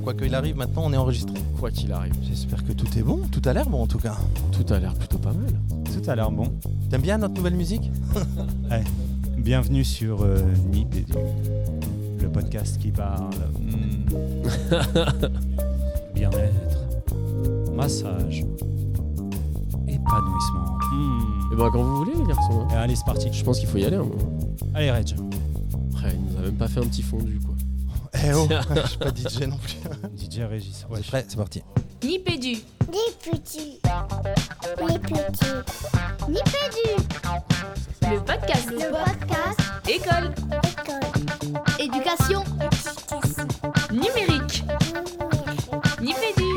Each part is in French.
Quoi qu'il arrive, maintenant on est enregistré. Quoi qu'il arrive. J'espère que tout est bon. Tout a l'air bon en tout cas. Tout a l'air plutôt pas mal. Tout a l'air bon. T'aimes bien notre nouvelle musique? Ouais. Bienvenue sur Nipédu, le podcast qui parle bien-être, massage, épanouissement. Et ben quand vous voulez les garçons. Et allez, c'est parti. Je pense qu'il faut y aller. Hein. Allez, Reg. Après, il nous a même pas fait un petit fondu quoi. Eh oh, je suis pas DJ non plus. DJ Régis. Ouais. C'est prêt, c'est parti. Nipédu. Nipédu. Le podcast. École. Éducation. Numérique. Nipédu.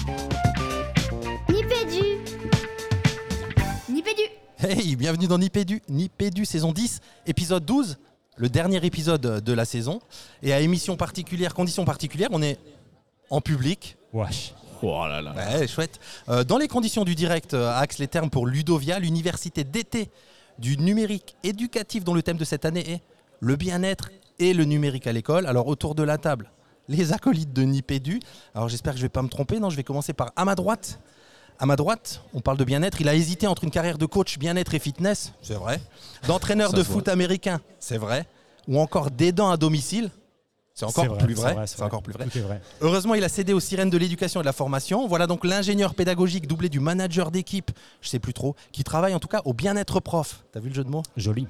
Hey, bienvenue dans Nipédu saison 10, épisode 12, le dernier épisode de la saison. Et à émission particulière, conditions particulières, on est en public. Wesh. Oh là là. Ouais, chouette. Dans les conditions du direct, à Axe les Thermes pour Ludovia, l'université d'été du numérique éducatif dont le thème de cette année est le bien-être et le numérique à l'école. Alors autour de la table, les acolytes de Nipédu. Alors j'espère que je ne vais pas me tromper, non, je vais commencer par à ma droite. À ma droite, on parle de bien-être. Il a hésité entre une carrière de coach bien-être et fitness, c'est vrai. D'entraîneur de foot américain, c'est vrai. Ou encore d'aidant à domicile. C'est encore plus vrai. C'est encore plus vrai. Tout est vrai. Heureusement, il a cédé aux sirènes de l'éducation et de la formation. Voilà donc l'ingénieur pédagogique doublé du manager d'équipe, je sais plus trop, qui travaille en tout cas au bien-être prof. T'as vu le jeu de mots? Joli.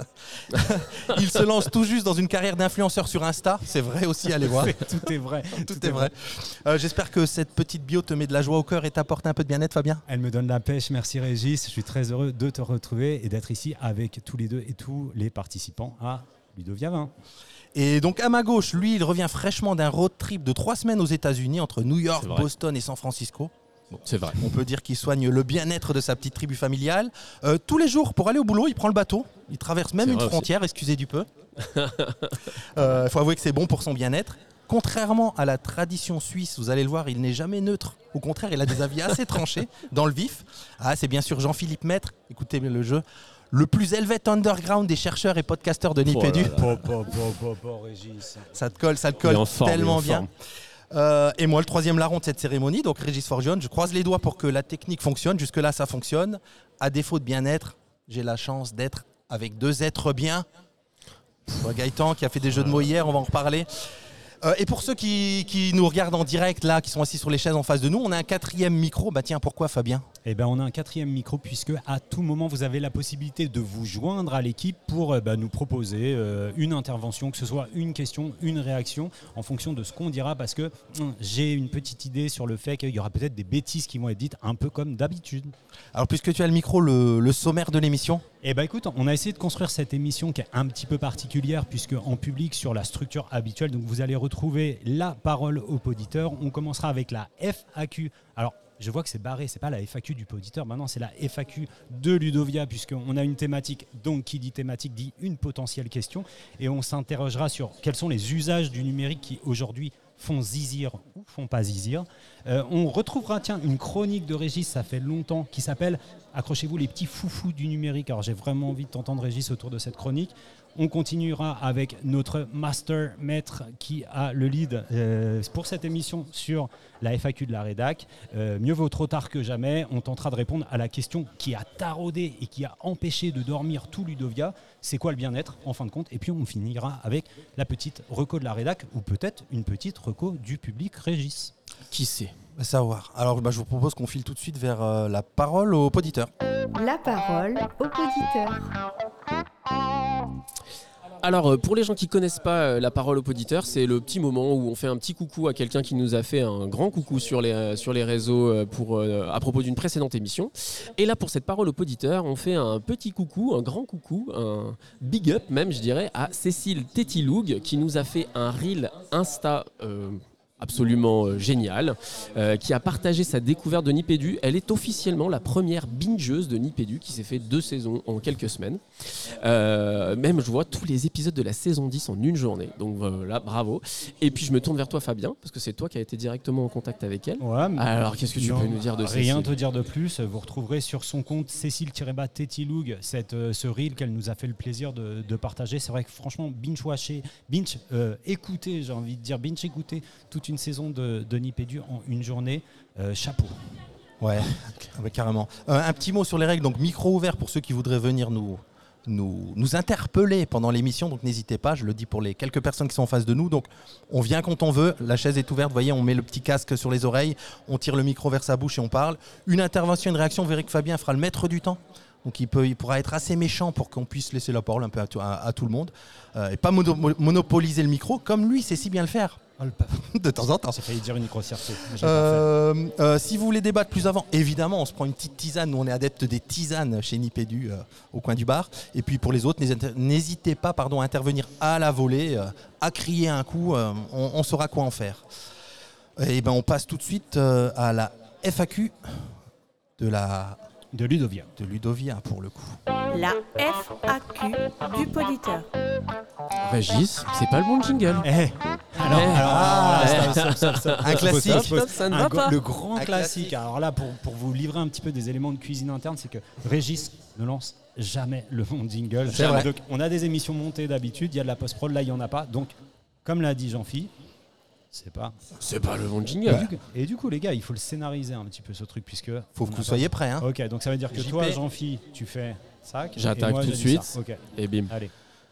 Il se lance tout juste dans une carrière d'influenceur sur Insta. C'est vrai aussi, allez voir. Tout est vrai. Tout est vrai. J'espère que cette petite bio te met de la joie au cœur et t'apporte un peu de bien-être, Fabien. Elle me donne la pêche. Merci Régis. Je suis très heureux de te retrouver et d'être ici avec tous les deux et tous les participants à Ludovia 20. Et donc à ma gauche, lui, il revient fraîchement d'un road trip de 3 semaines aux États-Unis entre New York, Boston et San Francisco. Bon, c'est vrai. On peut dire qu'il soigne le bien-être de sa petite tribu familiale. Tous les jours, pour aller au boulot, il prend le bateau. Il traverse même une frontière, excusez du peu. Il faut avouer que c'est bon pour son bien-être. Contrairement à la tradition suisse, vous allez le voir, il n'est jamais neutre. Au contraire, il a des avis assez tranchés, dans le vif. Ah, c'est bien sûr Jean-Philippe Maître. Écoutez le jeu. Le plus élevé underground des chercheurs et podcasteurs de Nipédu. Régis. Ça te colle tellement bien. Et moi, le troisième larron de cette cérémonie, donc Régis Forgione, je croise les doigts pour que la technique fonctionne. Jusque-là, ça fonctionne. À défaut de bien-être, j'ai la chance d'être avec 2 êtres bien. Gaëtan qui a fait des jeux de mots hier, on va en reparler. Et pour ceux qui nous regardent en direct, là, qui sont assis sur les chaises en face de nous, on a un 4e micro. Bah tiens, pourquoi Fabien ? Eh ben, on a un 4e micro puisque à tout moment, vous avez la possibilité de vous joindre à l'équipe pour nous proposer une intervention, que ce soit une question, une réaction, en fonction de ce qu'on dira, parce que j'ai une petite idée sur le fait qu'il y aura peut-être des bêtises qui vont être dites un peu comme d'habitude. Alors, puisque tu as le micro, le sommaire de l'émission ? Eh ben écoute, on a essayé de construire cette émission qui est un petit peu particulière puisque en public sur la structure habituelle, donc vous allez retrouver la parole au poditeur. On commencera avec la FAQ. Alors je vois que c'est barré, c'est pas la FAQ du poditeur, maintenant c'est la FAQ de Ludovia puisqu'on a une thématique, donc qui dit thématique dit une potentielle question et on s'interrogera sur quels sont les usages du numérique qui aujourd'hui font zizir ou font pas zizir. On retrouvera une chronique de Régis, ça fait longtemps, qui s'appelle accrochez-vous les petits foufous du numérique. Alors j'ai vraiment envie de t'entendre Régis autour de cette chronique. On continuera avec notre master maître qui a le lead pour cette émission sur la FAQ de la rédac. Mieux vaut trop tard que jamais. On tentera de répondre à la question qui a taraudé et qui a empêché de dormir tout Ludovia. C'est quoi le bien-être en fin de compte? Et puis on finira avec la petite reco de la rédac ou peut-être une petite reco du public Régis. Qui sait? À savoir. Alors je vous propose qu'on file tout de suite vers la parole au poditeur. La parole au poditeur. Alors pour les gens qui ne connaissent pas la parole au poditeur, c'est le petit moment où on fait un petit coucou à quelqu'un qui nous a fait un grand coucou sur les réseaux à propos d'une précédente émission. Et là pour cette parole au poditeur, on fait un petit coucou, un grand coucou, un big up même je dirais, à Cécile Tétiloug qui nous a fait un reel Insta absolument géniale, qui a partagé sa découverte de Nipédu. Elle est officiellement la première bingeuse de Nipédu qui s'est fait 2 saisons en quelques semaines. Même je vois tous les épisodes de la saison 10 en une journée. Donc voilà, bravo. Et puis je me tourne vers toi Fabien, parce que c'est toi qui as été directement en contact avec elle. Ouais, alors qu'est-ce que tu peux nous dire de Cécile? Rien te dire de plus. Vous retrouverez sur son compte Cécile-Tétiloug ce reel qu'elle nous a fait le plaisir de partager. C'est vrai que franchement, écouter, j'ai envie de dire binge écouter toute une saison de Nipédu en une journée. Chapeau. Ouais, carrément. Un petit mot sur les règles. Donc, micro ouvert pour ceux qui voudraient venir nous interpeller pendant l'émission. Donc, n'hésitez pas. Je le dis pour les quelques personnes qui sont en face de nous. Donc, on vient quand on veut. La chaise est ouverte. Vous voyez, on met le petit casque sur les oreilles. On tire le micro vers sa bouche et on parle. Une intervention, une réaction. Vous verrez que Fabien fera le maître du temps. Donc il pourra être assez méchant pour qu'on puisse laisser la parole un peu à tout le monde et pas monopoliser le micro comme lui sait si bien le faire. De temps en temps. J'ai failli dire une grossièreté. Si vous voulez débattre plus avant, évidemment, on se prend une petite tisane. Nous, on est adeptes des tisanes chez Nipédu au coin du bar. Et puis pour les autres, n'hésitez pas à intervenir à la volée, à crier un coup. On saura quoi en faire. Et ben, on passe tout de suite à la FAQ de Ludovia. De Ludovia, pour le coup. La FAQ du poditeur. Régis, c'est pas le bon jingle. Un classique. Ça ne va pas. Le grand Un classique. Alors là, pour vous livrer un petit peu des éléments de cuisine interne, c'est que Régis ne lance jamais le bon jingle. C'est vrai. Donc, on a des émissions montées d'habitude, il y a de la post-prod, là il n'y en a pas. Donc, comme l'a dit Jean-Phi, c'est pas le bon jingle. Et du coup, les gars, il faut le scénariser un petit peu ce truc, puisque Faut que vous soyez prêts. Hein. Ok, donc ça veut dire que JP. toi, Jean-Phi, tu fais sac. J'attaque et moi, tout de je dis suite. ça. Ok, Et bim. allez.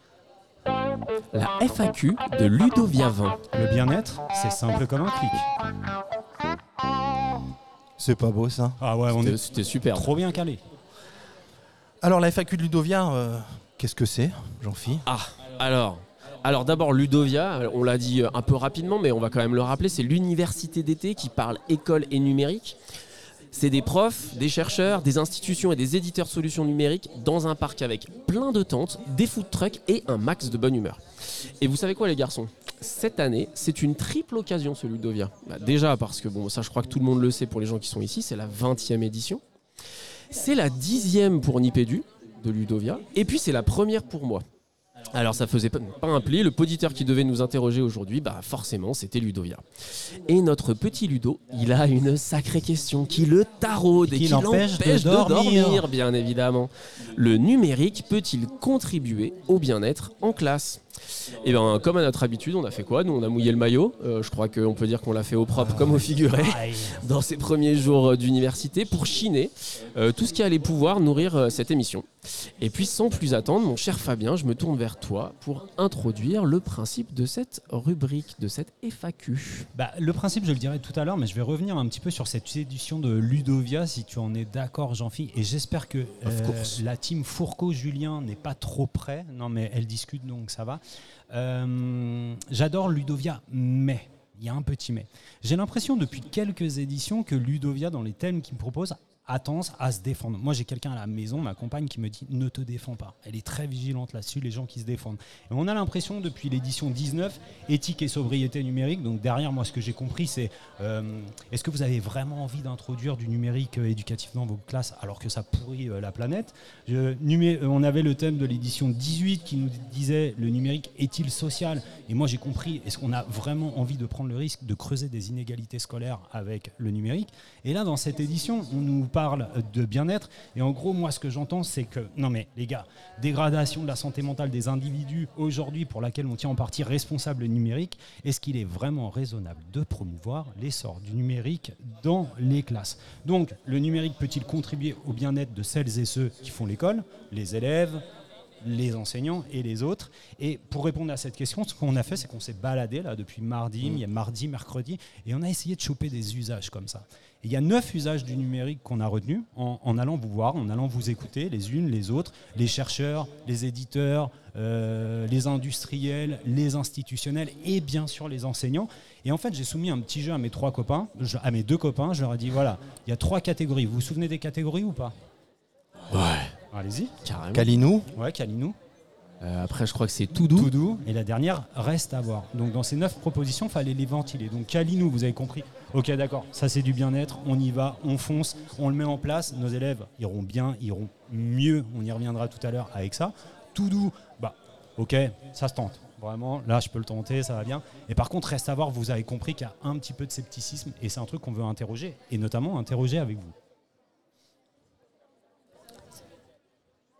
La FAQ de Ludovia 20. Le bien-être, c'est simple comme un clic. C'est pas beau ça. Ah ouais, on est C'était super. trop bien calé. Alors la FAQ de Ludovia, qu'est-ce que c'est, Jean-Phi? Alors d'abord Ludovia, on l'a dit un peu rapidement, mais on va quand même le rappeler, c'est l'université d'été qui parle école et numérique. C'est des profs, des chercheurs, des institutions et des éditeurs de solutions numériques dans un parc avec plein de tentes, des food trucks et un max de bonne humeur. Et vous savez quoi les garçons ? Cette année, c'est une triple occasion ce Ludovia. Déjà parce que, ça je crois que tout le monde le sait pour les gens qui sont ici, c'est la 20e édition. C'est la 10e pour Nipédu de Ludovia. Et puis c'est la première pour moi. Alors ça faisait pas un pli, le poditeur qui devait nous interroger aujourd'hui, forcément c'était Ludovia. Et notre petit Ludo, il a une sacrée question qui le taraude et qui l'empêche de dormir, bien évidemment. Le numérique peut-il contribuer au bien-être en classe ? Et bien comme à notre habitude, on a fait quoi ? Nous on a mouillé le maillot, je crois qu'on peut dire qu'on l'a fait au propre comme au figuré, dans ces premiers jours d'université, pour chiner tout ce qui allait pouvoir nourrir cette émission. Et puis sans plus attendre, mon cher Fabien, je me tourne vers toi pour introduire le principe de cette rubrique, de cette FAQ. Le principe, je le dirai tout à l'heure, mais je vais revenir un petit peu sur cette édition de Ludovia, si tu en es d'accord, Jean-Phi. Et j'espère que la team Fourcault-Julien n'est pas trop près. Non, mais elle discute, donc ça va. J'adore Ludovia, mais il y a un petit mais. J'ai l'impression depuis quelques éditions que Ludovia, dans les thèmes qu'il me propose, a tendance à se défendre. Moi, j'ai quelqu'un à la maison, ma compagne, qui me dit « ne te défends pas ». Elle est très vigilante là-dessus, les gens qui se défendent. Et on a l'impression, depuis l'édition 19, éthique et sobriété numérique, donc derrière, moi, ce que j'ai compris, c'est est-ce que vous avez vraiment envie d'introduire du numérique éducatif dans vos classes alors que ça pourrit la planète ? On avait le thème de l'édition 18 qui nous disait « le numérique est-il social ?» Et moi, j'ai compris, est-ce qu'on a vraiment envie de prendre le risque de creuser des inégalités scolaires avec le numérique ? Et là, dans cette édition, on nous parle de bien-être et en gros moi ce que j'entends c'est que non mais les gars, dégradation de la santé mentale des individus aujourd'hui pour laquelle on tient en partie responsable le numérique, est-ce qu'il est vraiment raisonnable de promouvoir l'essor du numérique dans les classes ? Donc le numérique peut-il contribuer au bien-être de celles et ceux qui font l'école, les élèves, les enseignants et les autres? Et pour répondre à cette question, ce qu'on a fait, c'est qu'on s'est baladé là depuis mardi, mercredi, et on a essayé de choper des usages comme ça. Et il y a 9 usages du numérique qu'on a retenus en allant vous voir, en allant vous écouter les unes, les autres, les chercheurs, les éditeurs, les industriels, les institutionnels et bien sûr les enseignants. Et en fait, j'ai soumis un petit jeu à mes 2 copains. Je leur ai dit, voilà, il y a 3 catégories. Vous vous souvenez des catégories ou pas ? Ouais. Allez-y. Carrément. Kalinou. Ouais, Kalinou. Après, je crois que c'est tout doux. Et la dernière, reste à voir. Donc dans ces 9 propositions, il fallait les ventiler. Donc Kalinou, vous avez compris. Ok, d'accord, ça c'est du bien-être, on y va, on fonce, on le met en place. Nos élèves iront bien, iront mieux. On y reviendra tout à l'heure avec ça. Tout doux, ok, ça se tente. Vraiment, là je peux le tenter, ça va bien. Et par contre, reste à voir, vous avez compris qu'il y a un petit peu de scepticisme et c'est un truc qu'on veut interroger. Et notamment interroger avec vous. C'était qui ?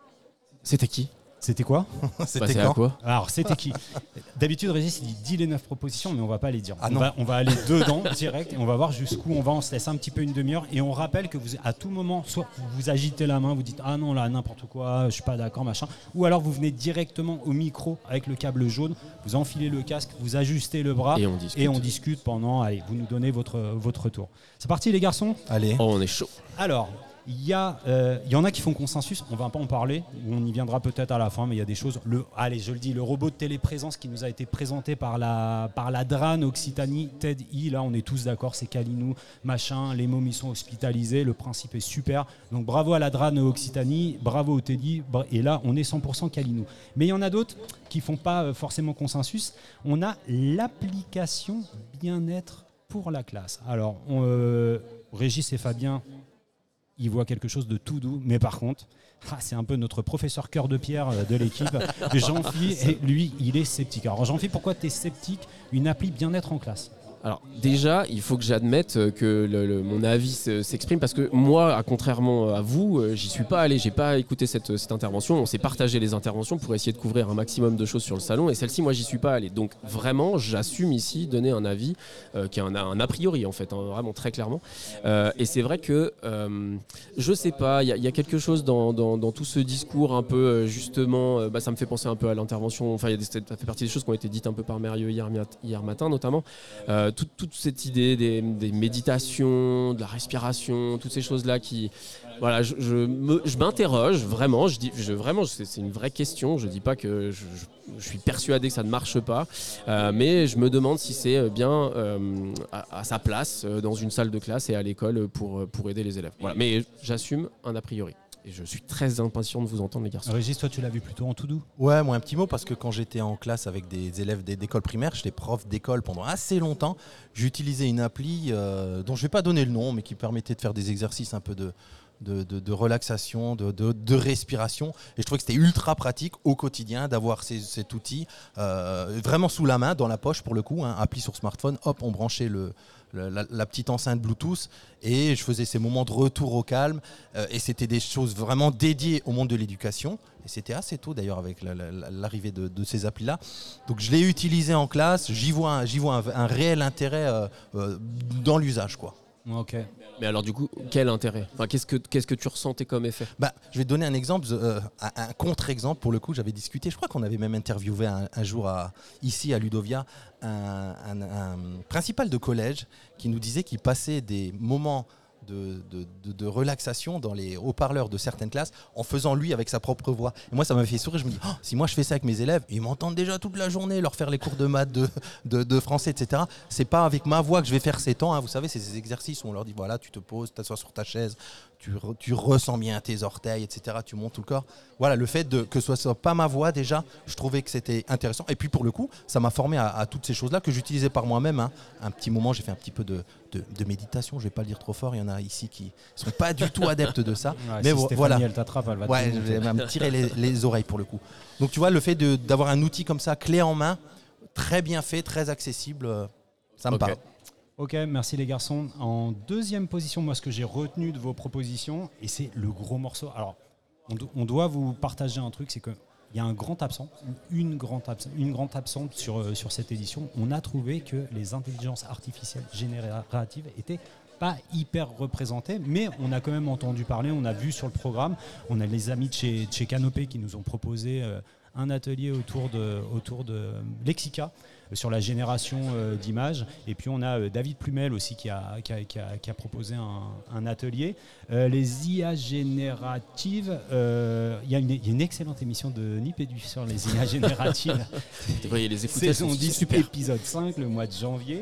C'était quoi? C'était C'est à quand? quoi? Alors, c'était qui? D'habitude, Régis, il dit les 9 propositions, mais on va pas les dire. Ah on, non. va aller dedans direct et on va voir jusqu'où on va. On se laisse un petit peu une demi-heure et on rappelle que vous, à tout moment, soit vous agitez la main, vous dites ah non là n'importe quoi, je suis pas d'accord machin, ou alors vous venez directement au micro avec le câble jaune, vous enfilez le casque, vous ajustez le bras Et on discute. discute pendant. Allez, vous nous donnez votre tour. C'est parti les garçons. Allez. Oh, on est chaud. Alors, il y en a qui font consensus, on va pas en parler, on y viendra peut-être à la fin, mais il y a des choses. Allez, je le dis, le robot de téléprésence qui nous a été présenté par la DRAN Occitanie, Ted E, là on est tous d'accord, c'est Calinou, machin, les mômes ils sont hospitalisés, le principe est super. Donc bravo à la DRAN Occitanie, bravo au Teddy, et là on est 100% Calinou. Mais il y en a d'autres qui font pas forcément consensus. On a l'application bien-être pour la classe. Alors, Régis et Fabien, il voit quelque chose de tout doux, mais par contre, c'est un peu notre professeur cœur de pierre de l'équipe, Jean-Phi, et lui, il est sceptique. Alors Jean-Phi, pourquoi tu es sceptique? Une appli bien-être en classe? Alors déjà, il faut que j'admette que mon avis s'exprime parce que moi, contrairement à vous, j'y suis pas allé, j'ai pas écouté cette intervention. On s'est partagé les interventions pour essayer de couvrir un maximum de choses sur le salon et celle-ci, moi, j'y suis pas allé. Donc vraiment, j'assume ici donner un avis qui est un a priori en fait, vraiment très clairement. Et c'est vrai que je sais pas, il y a quelque chose dans tout ce discours un peu justement, ça me fait penser un peu à l'intervention. Enfin, ça fait partie des choses qui ont été dites un peu par Mérieux hier matin notamment. Toute cette idée des méditations, de la respiration, toutes ces choses-là qui... Voilà, je m'interroge vraiment, vraiment, c'est une vraie question, je ne dis pas que je suis persuadé que ça ne marche pas, mais je me demande si c'est bien à sa place dans une salle de classe et à l'école pour aider les élèves. Voilà. Mais j'assume un a priori. Et je suis très impatient de vous entendre les garçons. Régis, toi tu l'as vu plutôt en tout doux? Ouais, moi un petit mot parce que quand j'étais en classe avec des élèves d'école primaire, j'étais prof d'école pendant assez longtemps, j'utilisais une appli dont je ne vais pas donner le nom, mais qui permettait de faire des exercices un peu de relaxation, de respiration. Et je trouvais que c'était ultra pratique au quotidien d'avoir cet outil vraiment sous la main, dans la poche pour le coup, appli sur smartphone, hop, on branchait la petite enceinte Bluetooth et je faisais ces moments de retour au calme et c'était des choses vraiment dédiées au monde de l'éducation et c'était assez tôt d'ailleurs avec l'arrivée de ces applis là, donc je l'ai utilisé en classe, j'y vois un réel intérêt dans l'usage quoi. Ok. Mais alors du coup, quel intérêt? Enfin, qu'est-ce que tu ressentais comme effet? Je vais te donner un exemple, un contre-exemple pour le coup. J'avais discuté, je crois qu'on avait même interviewé un jour ici à Ludovia un principal de collège qui nous disait qu'il passait des moments de relaxation dans les haut-parleurs de certaines classes en faisant lui avec sa propre voix. Et moi ça m'a fait sourire, je me dis si moi je fais ça avec mes élèves, ils m'entendent déjà toute la journée leur faire les cours de maths, de français, etc. C'est pas avec ma voix que je vais faire ces temps, vous savez, c'est ces exercices où on leur dit voilà, tu te poses, t'assois sur ta chaise, tu ressens bien tes orteils, etc. Tu montes tout le corps. Voilà, le fait que ce soit pas ma voix déjà, je trouvais que c'était intéressant. Et puis pour le coup, ça m'a formé à toutes ces choses-là que j'utilisais par moi-même. Un petit moment, j'ai fait un petit peu de méditation. Je vais pas le dire trop fort. Il y en a ici qui sont pas du tout adeptes de ça. Ouais, mais si voilà. elle t'attrape, elle va Ouais, te je vais même tirer les oreilles pour le coup. Donc tu vois, le fait d'avoir un outil comme ça, clé en main, très bien fait, très accessible, ça me parle. Ok, merci les garçons. En deuxième position, moi ce que j'ai retenu de vos propositions, et c'est le gros morceau. Alors, on doit vous partager un truc, c'est qu'il y a un grand absent, une grande absente sur cette édition. On a trouvé que les intelligences artificielles génératives étaient pas hyper représentées, mais on a quand même entendu parler, on a vu sur le programme, on a les amis de chez Canopé qui nous ont proposé un atelier autour de Lexica sur la génération d'images, et puis on a David Plumel aussi qui a proposé un atelier. Les IA génératives, il y a une excellente émission de Nipédu sur les IA génératives. Vous devriez les écouter, Saison 10, super. épisode 5, le mois de janvier.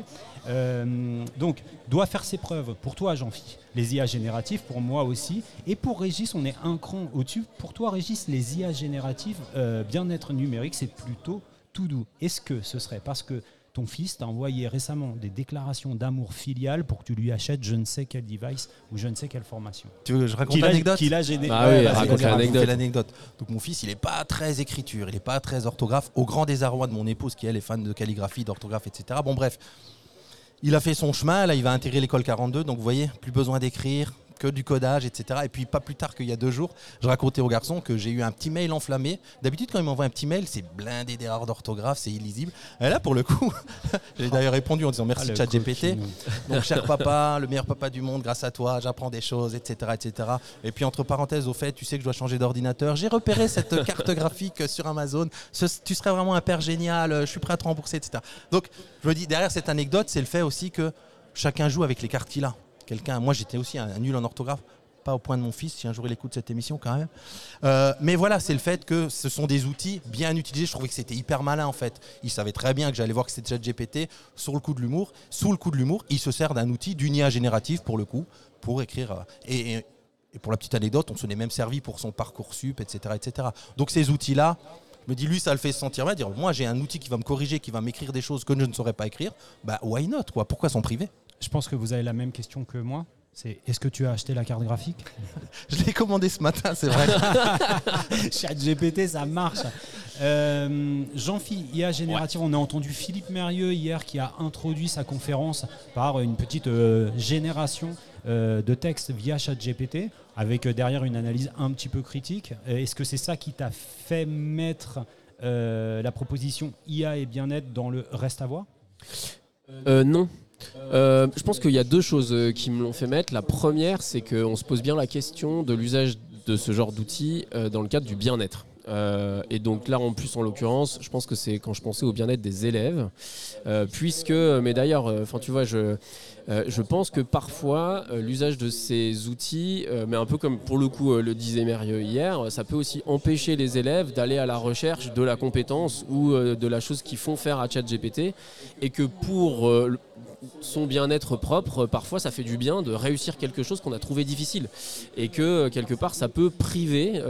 Donc, doit faire ses preuves. Pour toi, Jean-Phi, les IA génératives, pour moi aussi. Et pour Régis, on est un cran au-dessus. Pour toi, Régis, les IA génératives, bien-être numérique, c'est plutôt tout doux. Est-ce que ce serait parce que ton fils t'a envoyé récemment des déclarations d'amour filial pour que tu lui achètes je ne sais quel device ou je ne sais quelle formation? Tu veux que je raconte l'anecdote? Qu'il a gêné. Ah oui, vas-y, raconte vas-y. l'anecdote. Donc mon fils, il n'est pas très écriture, il n'est pas très orthographe, au grand désarroi de mon épouse qui elle est fan de calligraphie, d'orthographe, etc. Bon bref, il a fait son chemin, là il va intégrer l'école 42, donc vous voyez, plus besoin d'écrire, que du codage, etc. Et puis pas plus tard qu'il y a 2 jours, je racontais aux garçons que j'ai eu un petit mail enflammé. D'habitude, quand ils m'envoient un petit mail, c'est blindé d'erreurs d'orthographe, c'est illisible. Et là, pour le coup, j'ai d'ailleurs répondu en disant merci ChatGPT. Donc, cher papa, le meilleur papa du monde, grâce à toi, j'apprends des choses, etc., etc. Et puis, entre parenthèses, au fait, tu sais que je dois changer d'ordinateur. J'ai repéré cette carte graphique sur Amazon. Tu serais vraiment un père génial, je suis prêt à te rembourser, etc. Donc, je me dis, derrière cette anecdote, c'est le fait aussi que chacun joue avec les cartes qu'il a. Moi, j'étais aussi un nul en orthographe. Pas au point de mon fils, si un jour il écoute cette émission quand même. Mais voilà, c'est le fait que ce sont des outils bien utilisés. Je trouvais que c'était hyper malin en fait. Il savait très bien que j'allais voir que c'était ChatGPT sous le coup de l'humour. Il se sert d'un outil, d'une IA générative pour le coup, pour écrire. Et pour la petite anecdote, on s'en est même servi pour son Parcoursup, etc., etc. Donc ces outils-là, je me dis, lui, ça le fait se sentir mal. Dire, moi, j'ai un outil qui va me corriger, qui va m'écrire des choses que je ne saurais pas écrire. Bah, why not, quoi ? Pourquoi s'en priver ? Je pense que vous avez la même question que moi. C'est est-ce que tu as acheté la carte graphique ? Je l'ai commandé ce matin, c'est vrai. ChatGPT, ça marche. Jean-Phi, IA générative, on a entendu Philippe Mérieux hier qui a introduit sa conférence par une petite génération de texte via ChatGPT, avec derrière une analyse un petit peu critique. Est-ce que c'est ça qui t'a fait mettre la proposition IA et bien-être dans le reste à voir ? Non. Je pense qu'il y a 2 choses qui me l'ont fait mettre. La première, c'est qu'on se pose bien la question de l'usage de ce genre d'outils dans le cadre du bien-être. Et donc là, en plus, en l'occurrence, je pense que c'est quand je pensais au bien-être des élèves, mais d'ailleurs, tu vois, je pense que parfois, l'usage de ces outils, mais un peu comme pour le coup le disait Mérieux hier, ça peut aussi empêcher les élèves d'aller à la recherche de la compétence ou de la chose qu'ils font faire à ChatGPT, et que pour son bien-être propre, parfois ça fait du bien de réussir quelque chose qu'on a trouvé difficile, et que quelque part ça peut priver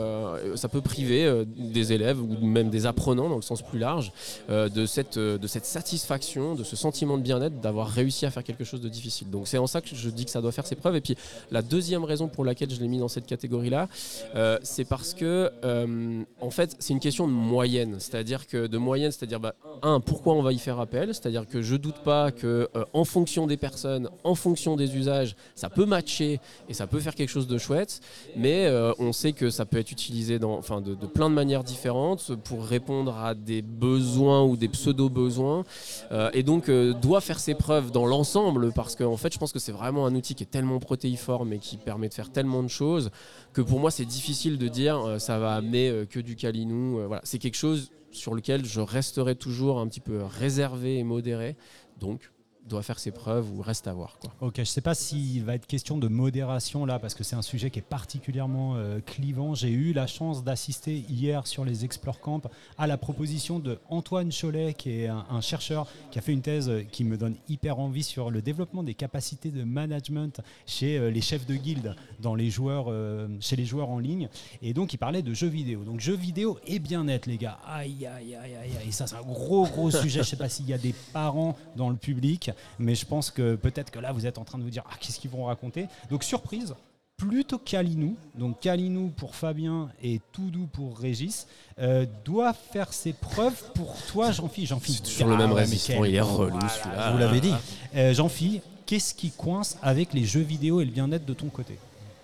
des élèves ou même des apprenants dans le sens plus large de cette satisfaction, de ce sentiment de bien-être d'avoir réussi à faire quelque chose de difficile. Donc c'est en ça que je dis que ça doit faire ses preuves. Et puis la deuxième raison pour laquelle je l'ai mis dans cette catégorie-là, c'est parce que en fait c'est une question de moyenne, c'est-à-dire pourquoi on va y faire appel, c'est-à-dire que je doute pas que en fonction des personnes, en fonction des usages, ça peut matcher et ça peut faire quelque chose de chouette, mais on sait que ça peut être utilisé de plein de manières différentes pour répondre à des besoins ou des pseudo-besoins, et donc doit faire ses preuves dans l'ensemble, parce qu'en fait je pense que c'est vraiment un outil qui est tellement protéiforme et qui permet de faire tellement de choses que pour moi c'est difficile de dire ça va amener que du Kalinou. Voilà. C'est quelque chose sur lequel je resterai toujours un petit peu réservé et modéré, donc doit faire ses preuves ou reste à voir, quoi. Ok, je ne sais pas s'il va être question de modération là, parce que c'est un sujet qui est particulièrement clivant. J'ai eu la chance d'assister hier sur les Explore Camp à la proposition de Antoine Cholet, qui est un chercheur qui a fait une thèse qui me donne hyper envie sur le développement des capacités de management chez les chefs de guilde, chez les joueurs en ligne. Et donc il parlait de jeux vidéo. Donc jeux vidéo et bien-être, les gars. Aïe, aïe, aïe, aïe. Et ça, c'est un gros sujet. Je ne sais pas s'il y a des parents dans le public, mais je pense que peut-être que là vous êtes en train de vous dire qu'est-ce qu'ils vont raconter. Donc surprise, plutôt Kalinou, donc Kalinou pour Fabien et Toudou pour Régis, doit faire ses preuves pour toi, Jean-Phi. C'est toujours le même résistant, il est relou celui-là. Je vous l'avais dit. Jean-Phi, qu'est-ce qui coince avec les jeux vidéo et le bien-être de ton côté ?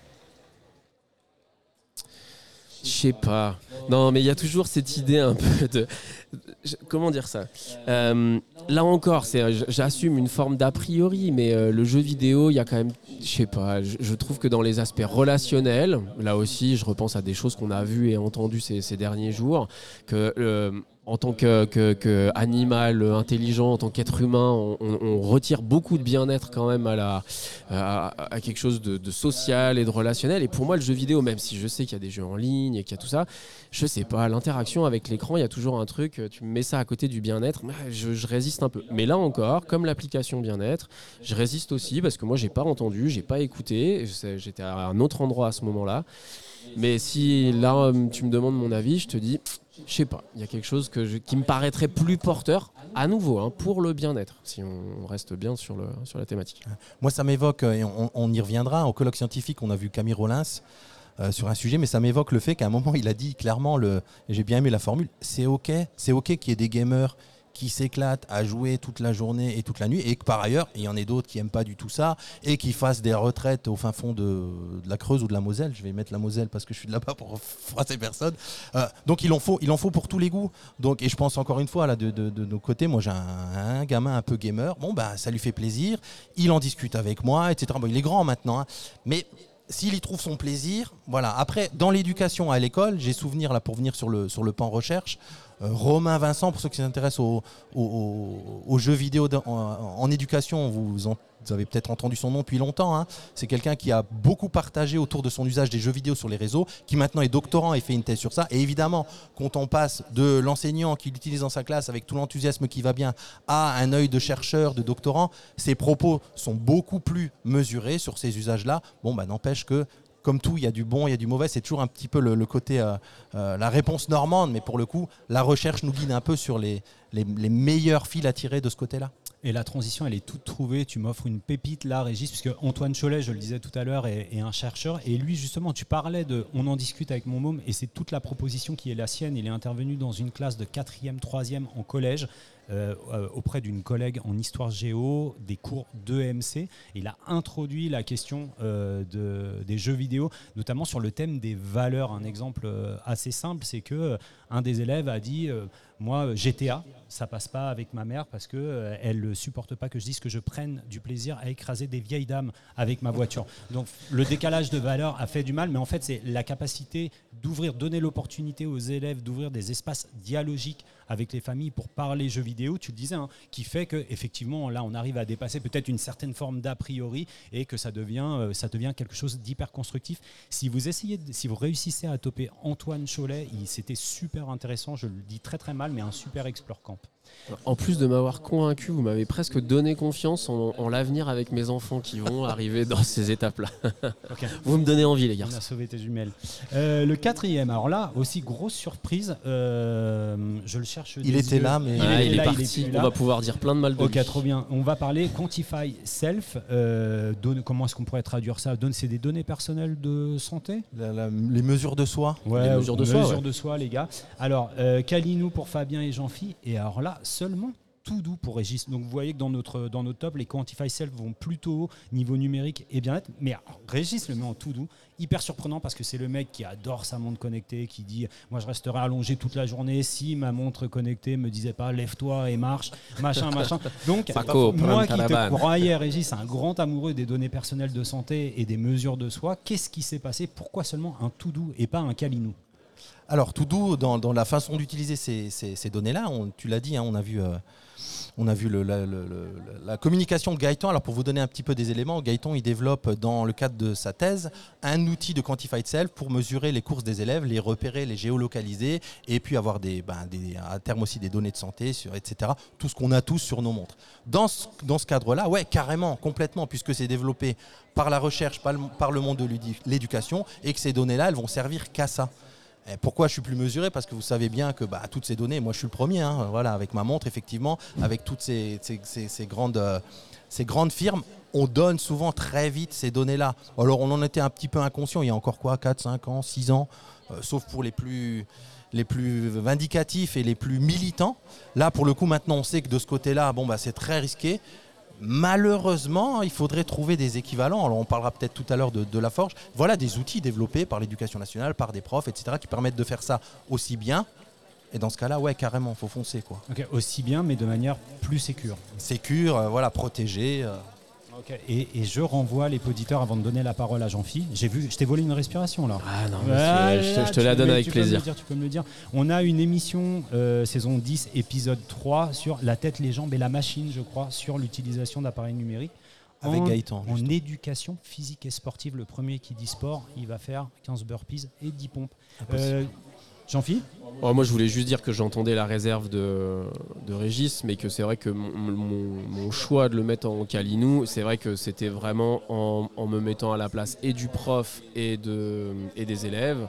Je sais pas. Non, mais il y a toujours cette idée un peu de... Comment dire ça ? Là encore, j'assume une forme d'a priori, mais le jeu vidéo, il y a quand même... Je sais pas, je trouve que dans les aspects relationnels, là aussi, je repense à des choses qu'on a vues et entendues ces derniers jours, que... en tant qu'animal intelligent, en tant qu'être humain, on retire beaucoup de bien-être quand même à quelque chose de social et de relationnel. Et pour moi, le jeu vidéo, même si je sais qu'il y a des jeux en ligne et qu'il y a tout ça, je sais pas, l'interaction avec l'écran, il y a toujours un truc, tu me mets ça à côté du bien-être, je résiste un peu. Mais là encore, comme l'application bien-être, je résiste aussi parce que moi, j'ai pas entendu, j'ai pas écouté, j'étais à un autre endroit à ce moment-là. Mais si là, tu me demandes mon avis, je te dis... Je sais pas, il y a quelque chose qui me paraîtrait plus porteur, à nouveau, pour le bien-être, si on reste bien sur la thématique. Moi, ça m'évoque, et on y reviendra, au colloque scientifique, on a vu Camille Rollins sur un sujet, mais ça m'évoque le fait qu'à un moment, il a dit clairement, et j'ai bien aimé la formule, c'est ok qu'il y ait des gamers qui s'éclatent à jouer toute la journée et toute la nuit, et que par ailleurs, il y en a d'autres qui n'aiment pas du tout ça, et qui fassent des retraites au fin fond de la Creuse ou de la Moselle. Je vais mettre la Moselle parce que je suis de là-bas pour froisser personne. Donc il en faut pour tous les goûts. Donc, et je pense encore une fois, là, de nos côtés, moi j'ai un gamin un peu gamer, bon bah ça lui fait plaisir, il en discute avec moi, etc. Bon, il est grand maintenant, hein, mais s'il y trouve son plaisir, voilà. Après, dans l'éducation à l'école, j'ai souvenir, là pour venir sur le pan recherche, Romain Vincent, pour ceux qui s'intéressent aux jeux vidéo en éducation, vous avez peut-être entendu son nom depuis longtemps, hein. C'est quelqu'un qui a beaucoup partagé autour de son usage des jeux vidéo sur les réseaux, qui maintenant est doctorant et fait une thèse sur ça. Et évidemment, quand on passe de l'enseignant qui l'utilise dans sa classe avec tout l'enthousiasme qui va bien à un œil de chercheur, de doctorant, ses propos sont beaucoup plus mesurés sur ces usages-là. Bon, bah, n'empêche que comme tout, il y a du bon, il y a du mauvais. C'est toujours un petit peu le côté, la réponse normande. Mais pour le coup, la recherche nous guide un peu sur les meilleurs fils à tirer de ce côté-là. Et la transition, elle est toute trouvée. Tu m'offres une pépite là, Régis, puisque Antoine Cholet, je le disais tout à l'heure, est un chercheur. Et lui, justement, tu parlais de « on en discute avec mon môme » et c'est toute la proposition qui est la sienne. Il est intervenu dans une classe de 4e, 3e en collège. Auprès d'une collègue en histoire géo, des cours d'EMC. Il a introduit la question des jeux vidéo, notamment sur le thème des valeurs. Un exemple assez simple, c'est que un des élèves a dit moi, GTA, ça passe pas avec ma mère parce qu'elle ne supporte pas que je dise que je prenne du plaisir à écraser des vieilles dames avec ma voiture. Donc le décalage de valeurs a fait du mal, mais en fait, c'est la capacité d'ouvrir, donner l'opportunité aux élèves d'ouvrir des espaces dialogiques avec les familles pour parler jeux vidéo, tu le disais, hein, qui fait qu'effectivement, là, on arrive à dépasser peut-être une certaine forme d'a priori et que ça devient quelque chose d'hyper constructif. Si vous réussissez à toper Antoine Cholet, c'était super intéressant, je le dis très très mal, mais un super Explore Camp. En plus de m'avoir convaincu, vous m'avez presque donné confiance en l'avenir avec mes enfants qui vont arriver dans ces étapes-là. Okay. Vous me donnez envie, les gars. On a sauvé tes jumelles. Le 4e, alors là, aussi grosse surprise, je le cherche. Il était là, mais il est parti. On va pouvoir dire plein de mal de lui. Ok, trop bien. On va parler Quantify Self. Comment est-ce qu'on pourrait traduire ça ? C'est des données personnelles de santé ? Les mesures de soi. Ouais, les mesures de soi, les gars. Alors, Kalinou pour Fabien et Jean-Phi. Et alors là, seulement Todo pour Régis. Donc vous voyez que dans notre top, les Quantify Self vont plutôt haut niveau numérique et bien-être. Mais alors, Régis le met en Todo. Hyper surprenant parce que c'est le mec qui adore sa montre connectée, qui dit « Moi, je resterai allongé toute la journée si ma montre connectée me disait pas « Lève-toi et marche », machin. » Donc, moi qui te croyais, Régis, un grand amoureux des données personnelles de santé et des mesures de soi, qu'est-ce qui s'est passé ? Pourquoi seulement un Todo et pas un Kalinou ? Alors, Todo, dans la façon d'utiliser ces données-là, tu l'as dit, hein, on a vu la communication de Gaëtan. Alors, pour vous donner un petit peu des éléments, Gaëtan, il développe dans le cadre de sa thèse un outil de Quantified Self pour mesurer les courses des élèves, les repérer, les géolocaliser et puis avoir à terme aussi des données de santé, etc. Tout ce qu'on a tous sur nos montres. Dans ce cadre-là, ouais, carrément, complètement, puisque c'est développé par la recherche, par le monde de l'éducation et que ces données-là, elles vont servir qu'à ça. Pourquoi je suis plus mesuré ? Parce que vous savez bien que toutes ces données, moi je suis le premier, hein, voilà, avec ma montre effectivement, avec toutes ces grandes firmes, on donne souvent très vite ces données-là. Alors on en était un petit peu inconscient il y a encore 4, 5 ans, 6 ans, sauf pour les plus vindicatifs et les plus militants. Là pour le coup maintenant on sait que de ce côté-là, c'est très risqué. Malheureusement, il faudrait trouver des équivalents. Alors, on parlera peut-être tout à l'heure de la Forge. Voilà des outils développés par l'éducation nationale, par des profs, etc., qui permettent de faire ça aussi bien. Et dans ce cas-là, ouais, carrément, il faut foncer, quoi. Okay, aussi bien, mais de manière plus sécure. Sécure, protégée. Okay. Et je renvoie les auditeurs avant de donner la parole à Jean-Phi. Je t'ai volé une respiration là. Ah non, je te la donne avec plaisir. Tu peux me le dire. On a une émission saison 10, épisode 3 sur la tête, les jambes et la machine, je crois, sur l'utilisation d'appareils numériques. Avec Gaëtan. En éducation physique et sportive, le premier qui dit sport, il va faire 15 burpees et 10 pompes. Jean-Phi ? Moi, je voulais juste dire que j'entendais la réserve de Régis, mais que c'est vrai que mon choix de le mettre en Kalinou, c'est vrai que c'était vraiment en me mettant à la place et du prof et des élèves.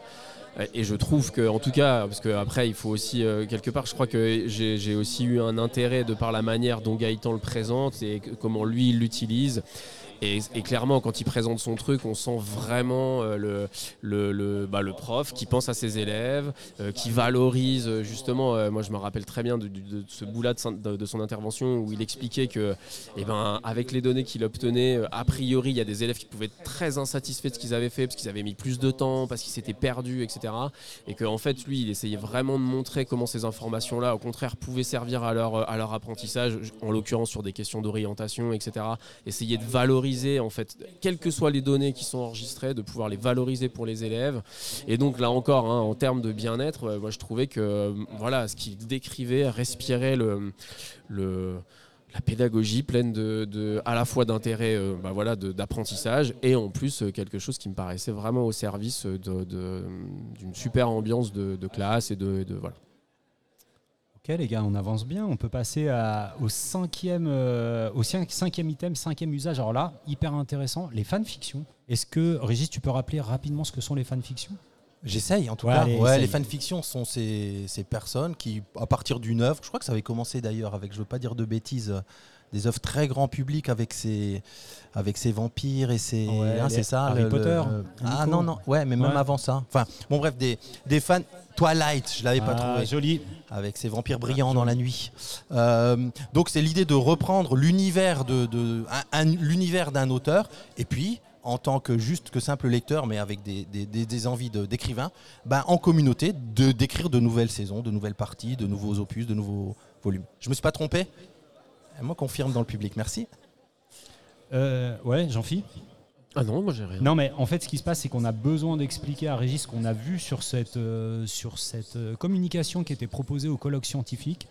Et je trouve que, en tout cas, parce qu'après, il faut aussi, quelque part, je crois que j'ai aussi eu un intérêt de par la manière dont Gaëtan le présente et comment lui, il l'utilise. Et clairement, quand il présente son truc, on sent vraiment le prof qui pense à ses élèves, qui valorise justement. Moi, je me rappelle très bien de ce bout-là de son intervention où il expliquait que, avec les données qu'il obtenait, a priori, il y a des élèves qui pouvaient être très insatisfaits de ce qu'ils avaient fait parce qu'ils avaient mis plus de temps, parce qu'ils s'étaient perdus, etc. Et qu'en fait, lui, il essayait vraiment de montrer comment ces informations-là, au contraire, pouvaient servir à leur apprentissage, en l'occurrence sur des questions d'orientation, etc. Essayer de valoriser en fait, quelles que soient les données qui sont enregistrées, de pouvoir les valoriser pour les élèves. Et donc là encore, en termes de bien-être, moi je trouvais que ce qu'il décrivait respirait la pédagogie pleine à la fois d'intérêt d'apprentissage et en plus quelque chose qui me paraissait vraiment au service d'une super ambiance de classe et de voilà. Ok les gars, on avance bien, on peut passer au cinquième item, cinquième usage. Alors là, hyper intéressant, les fanfictions. Est-ce que, Régis, tu peux rappeler rapidement ce que sont les fanfictions ? J'essaye en tout cas. Les fanfictions sont ces personnes qui, à partir d'une œuvre, je crois que ça avait commencé d'ailleurs avec, je ne veux pas dire de bêtises, des œuvres très grand public avec ces vampires et ces... c'est ça, Harry Potter. Même avant ça. Enfin, bon bref, des fans... Twilight, je ne l'avais pas trouvé. Joli. Avec ces vampires brillants dans la nuit. Donc c'est l'idée de reprendre l'univers l'univers d'un auteur et puis en tant que simple lecteur, mais avec des envies d'écrivain, en communauté, d'écrire de nouvelles saisons, de nouvelles parties, de nouveaux opus, de nouveaux volumes. Je ne me suis pas trompé ? Moi, confirme dans le public, merci. Jean-Phi ? Ah non, moi j'ai rien. Non, mais en fait, ce qui se passe, c'est qu'on a besoin d'expliquer à Régis ce qu'on a vu sur cette communication qui était proposée au colloque scientifique.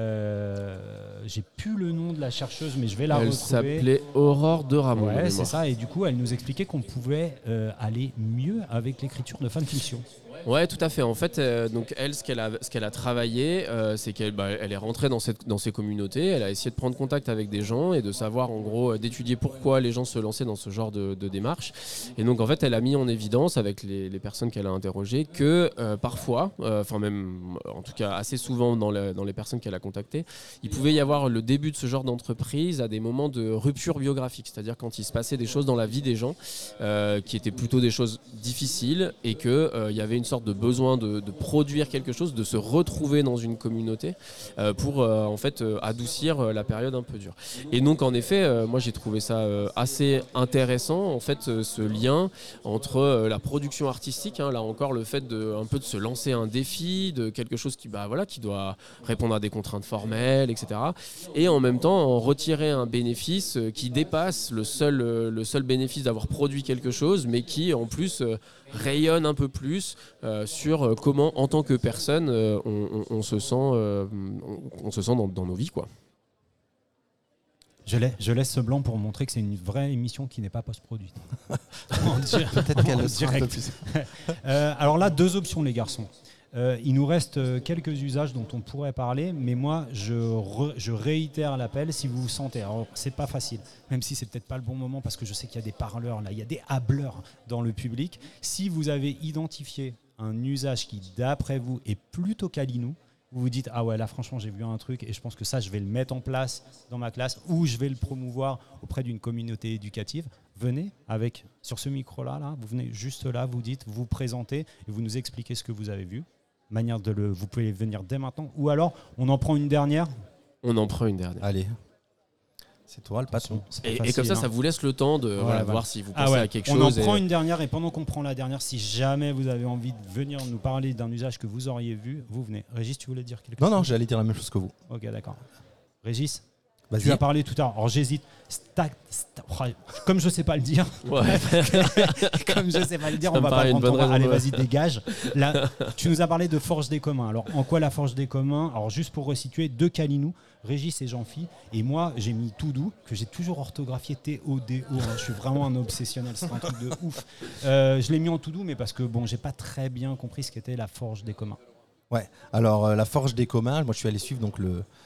J'ai plus le nom de la chercheuse, mais je vais la retrouver. Elle s'appelait Aurore de Ramon. Ouais, c'est ça. Et du coup, elle nous expliquait qu'on pouvait aller mieux avec l'écriture de fanfiction. Ouais, tout à fait. En fait, donc elle, ce qu'elle a travaillé, c'est qu'elle est rentrée dans ces communautés. Elle a essayé de prendre contact avec des gens et de savoir, en gros, d'étudier pourquoi les gens se lançaient dans ce genre de démarche. Et donc, en fait, elle a mis en évidence avec les personnes qu'elle a interrogées que parfois, même en tout cas assez souvent dans les personnes qu'elle a contactées, il pouvait y avoir le début de ce genre d'entreprise à des moments de rupture biographique, c'est-à-dire quand il se passait des choses dans la vie des gens qui étaient plutôt des choses difficiles et qu'il y avait une sorte de besoin de produire quelque chose, de se retrouver dans une communauté pour adoucir la période un peu dure. Et donc en effet, moi j'ai trouvé ça assez intéressant en fait ce lien entre la production artistique, là encore le fait de se lancer un défi, de quelque chose qui doit répondre à des contraintes formelles, etc. Et en même temps en retirer un bénéfice qui dépasse le seul bénéfice d'avoir produit quelque chose, mais qui en plus rayonne un peu plus sur comment en tant que personne on se sent dans nos vies, quoi. Je laisse ce blanc pour montrer que c'est une vraie émission qui n'est pas post-produite. Peut-être qu'elle le sera un peu plus. Alors là, 2 options les garçons. Il nous reste quelques usages dont on pourrait parler, mais moi je réitère l'appel si vous vous sentez. Alors c'est pas facile, même si c'est peut-être pas le bon moment parce que je sais qu'il y a des parleurs là, il y a des hableurs dans le public. Si vous avez identifié un usage qui d'après vous est plutôt câlinou, vous vous dites ah ouais là franchement j'ai vu un truc et je pense que ça je vais le mettre en place dans ma classe ou je vais le promouvoir auprès d'une communauté éducative, venez avec sur ce micro là, vous venez juste là, vous dites, vous présentez et vous nous expliquez ce que vous avez vu. Vous pouvez venir dès maintenant ou alors on en prend une dernière. On en prend une dernière. Allez. C'est toi le patron. Et comme ça, ça vous laisse le temps de voir si vous pensez à quelque chose. On en prend une dernière et pendant qu'on prend la dernière, si jamais vous avez envie de venir nous parler d'un usage que vous auriez vu, vous venez. Régis, tu voulais dire quelque chose ? Non, j'allais dire la même chose que vous. Ok, d'accord. Régis, vas-y. Tu as parlé tout à l'heure. Alors j'hésite. Comme je sais pas le dire. Ouais. Comme je sais pas le dire, on va pas prendre ton bras. Allez, vas-y, dégage. Là, tu nous as parlé de Forge des communs. Alors, en quoi la Forge des communs ? Alors, juste pour resituer, 2 câlinous, Régis et Jean-Phi. Et moi, j'ai mis Todo, que j'ai toujours orthographié T-O-D-O. Je suis vraiment un obsessionnel. C'est un truc de ouf. Je l'ai mis en Todo, mais parce que bon, j'ai pas très bien compris ce qu'était la Forge des communs. Ouais. Alors, la Forge des communs, moi, je suis allé suivre donc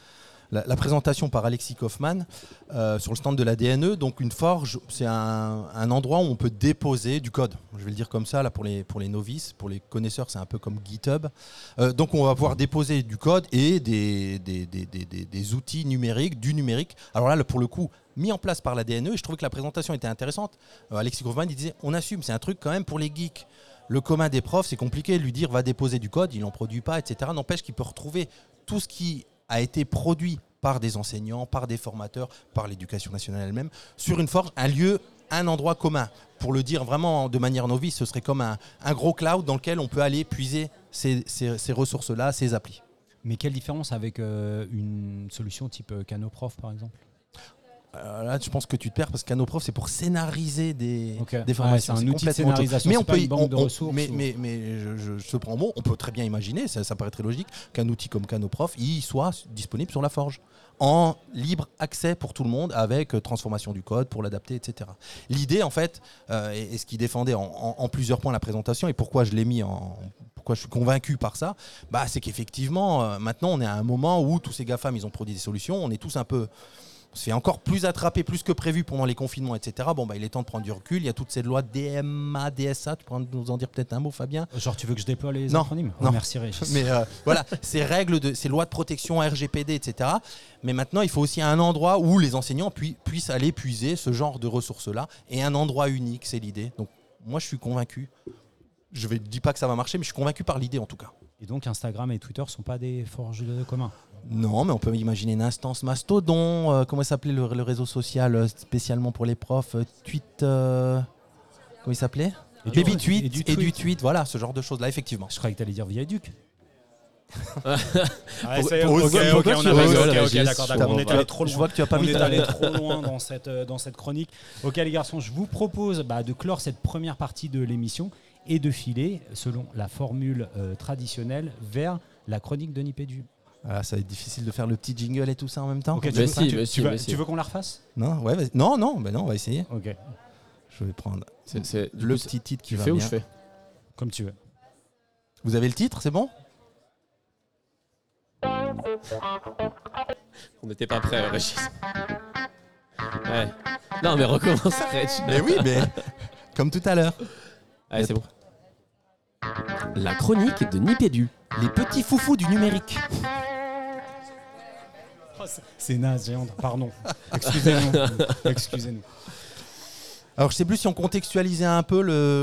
la présentation par Alexis Kaufmann sur le stand de la DNE. Donc une forge, c'est un endroit où on peut déposer du code. Je vais le dire comme ça, là, pour les novices. Pour les connaisseurs, c'est un peu comme GitHub. Donc on va pouvoir déposer du code et des outils numériques, du numérique. Alors là, pour le coup, mis en place par la DNE, et je trouvais que la présentation était intéressante. Alexis Kaufmann, il disait, on assume, c'est un truc quand même pour les geeks. Le commun des profs, c'est compliqué de lui dire, va déposer du code, il n'en produit pas, etc. N'empêche qu'il peut retrouver tout ce qui a été produit par des enseignants, par des formateurs, par l'éducation nationale elle-même, sur une forge, un lieu, un endroit commun. Pour le dire vraiment de manière novice, ce serait comme un gros cloud dans lequel on peut aller puiser ces ressources-là, ces applis. Mais quelle différence avec une solution type Canoprof, par exemple ? Là, je pense que tu te perds parce que Canoprof, c'est pour scénariser des formations. Ouais, c'est un outil de scénarisation, mais c'est pas une banque de ressources. Mais je te prends au mot, on peut très bien imaginer, ça paraît très logique, qu'un outil comme Canoprof, il soit disponible sur la forge, en libre accès pour tout le monde, avec transformation du code pour l'adapter, etc. L'idée, en fait, et ce qui défendait en plusieurs points la présentation, et pourquoi je l'ai mis pourquoi je suis convaincu par ça, c'est qu'effectivement, maintenant, on est à un moment où tous ces GAFAM, ils ont produit des solutions, on est tous un peu... On se fait encore plus attraper, plus que prévu pendant les confinements, etc. Il est temps de prendre du recul. Il y a toute cette loi DMA, DSA. Tu pourrais nous en dire peut-être un mot, Fabien ? Genre, tu veux que je déploie les acronymes ? Non. Merci, Régis. Mais voilà, ces lois de protection, RGPD, etc. Mais maintenant, il faut aussi un endroit où les enseignants puissent aller puiser ce genre de ressources-là. Et un endroit unique, c'est l'idée. Donc, moi, je suis convaincu. Je ne dis pas que ça va marcher, mais je suis convaincu par l'idée, en tout cas. Et donc, Instagram et Twitter ne sont pas des forges de commun ? Non, mais on peut imaginer une instance Mastodon. Comment s'appelait le réseau social spécialement pour les profs comment il s'appelait ? Baby Tweet et du tweet. Voilà, ce genre de choses-là, effectivement. Je croyais que tu allais dire Viaduc. Ok, d'accord. On est allé trop loin. Je vois que tu as pas mis. On est allé trop loin dans cette chronique. Ok, les garçons, je vous propose de clore cette première partie de l'émission et de filer, selon la formule traditionnelle, vers la chronique de Nipédu. Ah, ça va être difficile de faire le petit jingle et tout ça en même temps. Okay, tu veux qu'on la refasse ? Non, ouais, non, on va essayer. Ok. Je vais prendre c'est le petit titre qui va bien. Tu fais ou je fais ? Comme tu veux. Vous avez le titre, c'est bon ? On n'était pas prêts, Régis. Ouais. Non, mais recommence, Reg. Mais oui, mais comme tout à l'heure. Allez, c'est bon. La chronique de Nipédu. Les petits foufous du numérique. C'est naze, pardon. Excusez-nous. Alors, je sais plus si on contextualisait un peu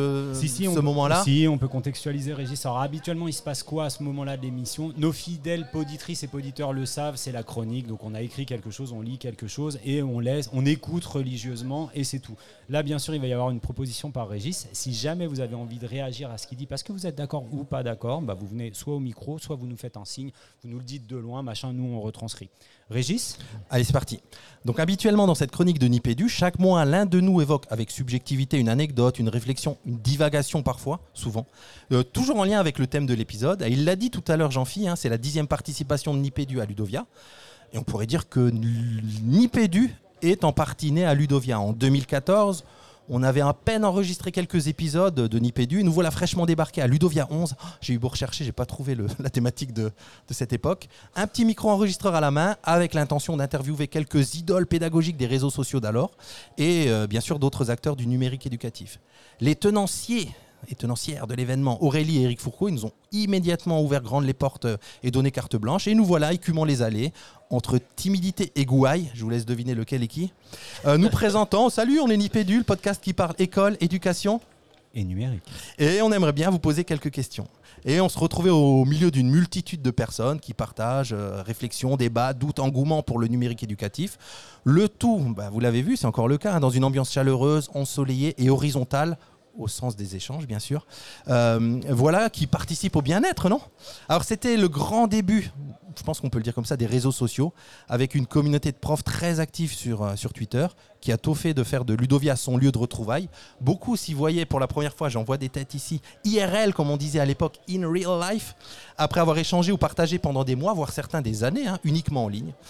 ce moment-là. Si, on peut contextualiser, Régis. Alors, habituellement, il se passe quoi à ce moment-là de l'émission ? Nos fidèles poditrices et poditeurs le savent, c'est la chronique. Donc, on a écrit quelque chose, on lit quelque chose et on écoute religieusement et c'est tout. Là, bien sûr, il va y avoir une proposition par Régis. Si jamais vous avez envie de réagir à ce qu'il dit, parce que vous êtes d'accord ou pas d'accord, vous venez soit au micro, soit vous nous faites un signe, vous nous le dites de loin, nous, on retranscrit. Régis ? Allez, c'est parti. Donc, habituellement, dans cette chronique de Nipédu, chaque mois, l'un de nous évoque avec subjectivité une anecdote, une réflexion, une divagation parfois, souvent, toujours en lien avec le thème de l'épisode. Et il l'a dit tout à l'heure, Jean-Phi, c'est la 10e participation de Nipédu à Ludovia. Et on pourrait dire que Nipédu est en partie né à Ludovia. En 2014, on avait à peine enregistré quelques épisodes de Nipédu et nous voilà fraîchement débarqués à Ludovia 11. J'ai eu beau rechercher, j'ai pas trouvé la thématique de cette époque. Un petit micro-enregistreur à la main avec l'intention d'interviewer quelques idoles pédagogiques des réseaux sociaux d'alors et bien sûr d'autres acteurs du numérique éducatif. Les tenanciers et tenancières de l'événement, Aurélie et Éric Fourcault, ils nous ont immédiatement ouvert grandes les portes et donné carte blanche. Et nous voilà écumant les allées entre timidité et gouaille. Je vous laisse deviner lequel est qui. Nous présentant, salut, on est Nipédu, le podcast qui parle école, éducation et numérique. Et on aimerait bien vous poser quelques questions. Et on se retrouvait au milieu d'une multitude de personnes qui partagent réflexions, débats, doutes, engouement pour le numérique éducatif. Le tout, vous l'avez vu, c'est encore le cas, dans une ambiance chaleureuse, ensoleillée et horizontale, au sens des échanges, bien sûr. Voilà, qui participe au bien-être, non ? Alors, c'était le grand début, je pense qu'on peut le dire comme ça, des réseaux sociaux, avec une communauté de profs très active sur Twitter, qui a tôt fait de faire de Ludovia son lieu de retrouvailles. Beaucoup s'y voyaient pour la première fois, j'en vois des têtes ici, IRL, comme on disait à l'époque, in real life, après avoir échangé ou partagé pendant des mois, voire certains des années, uniquement en ligne.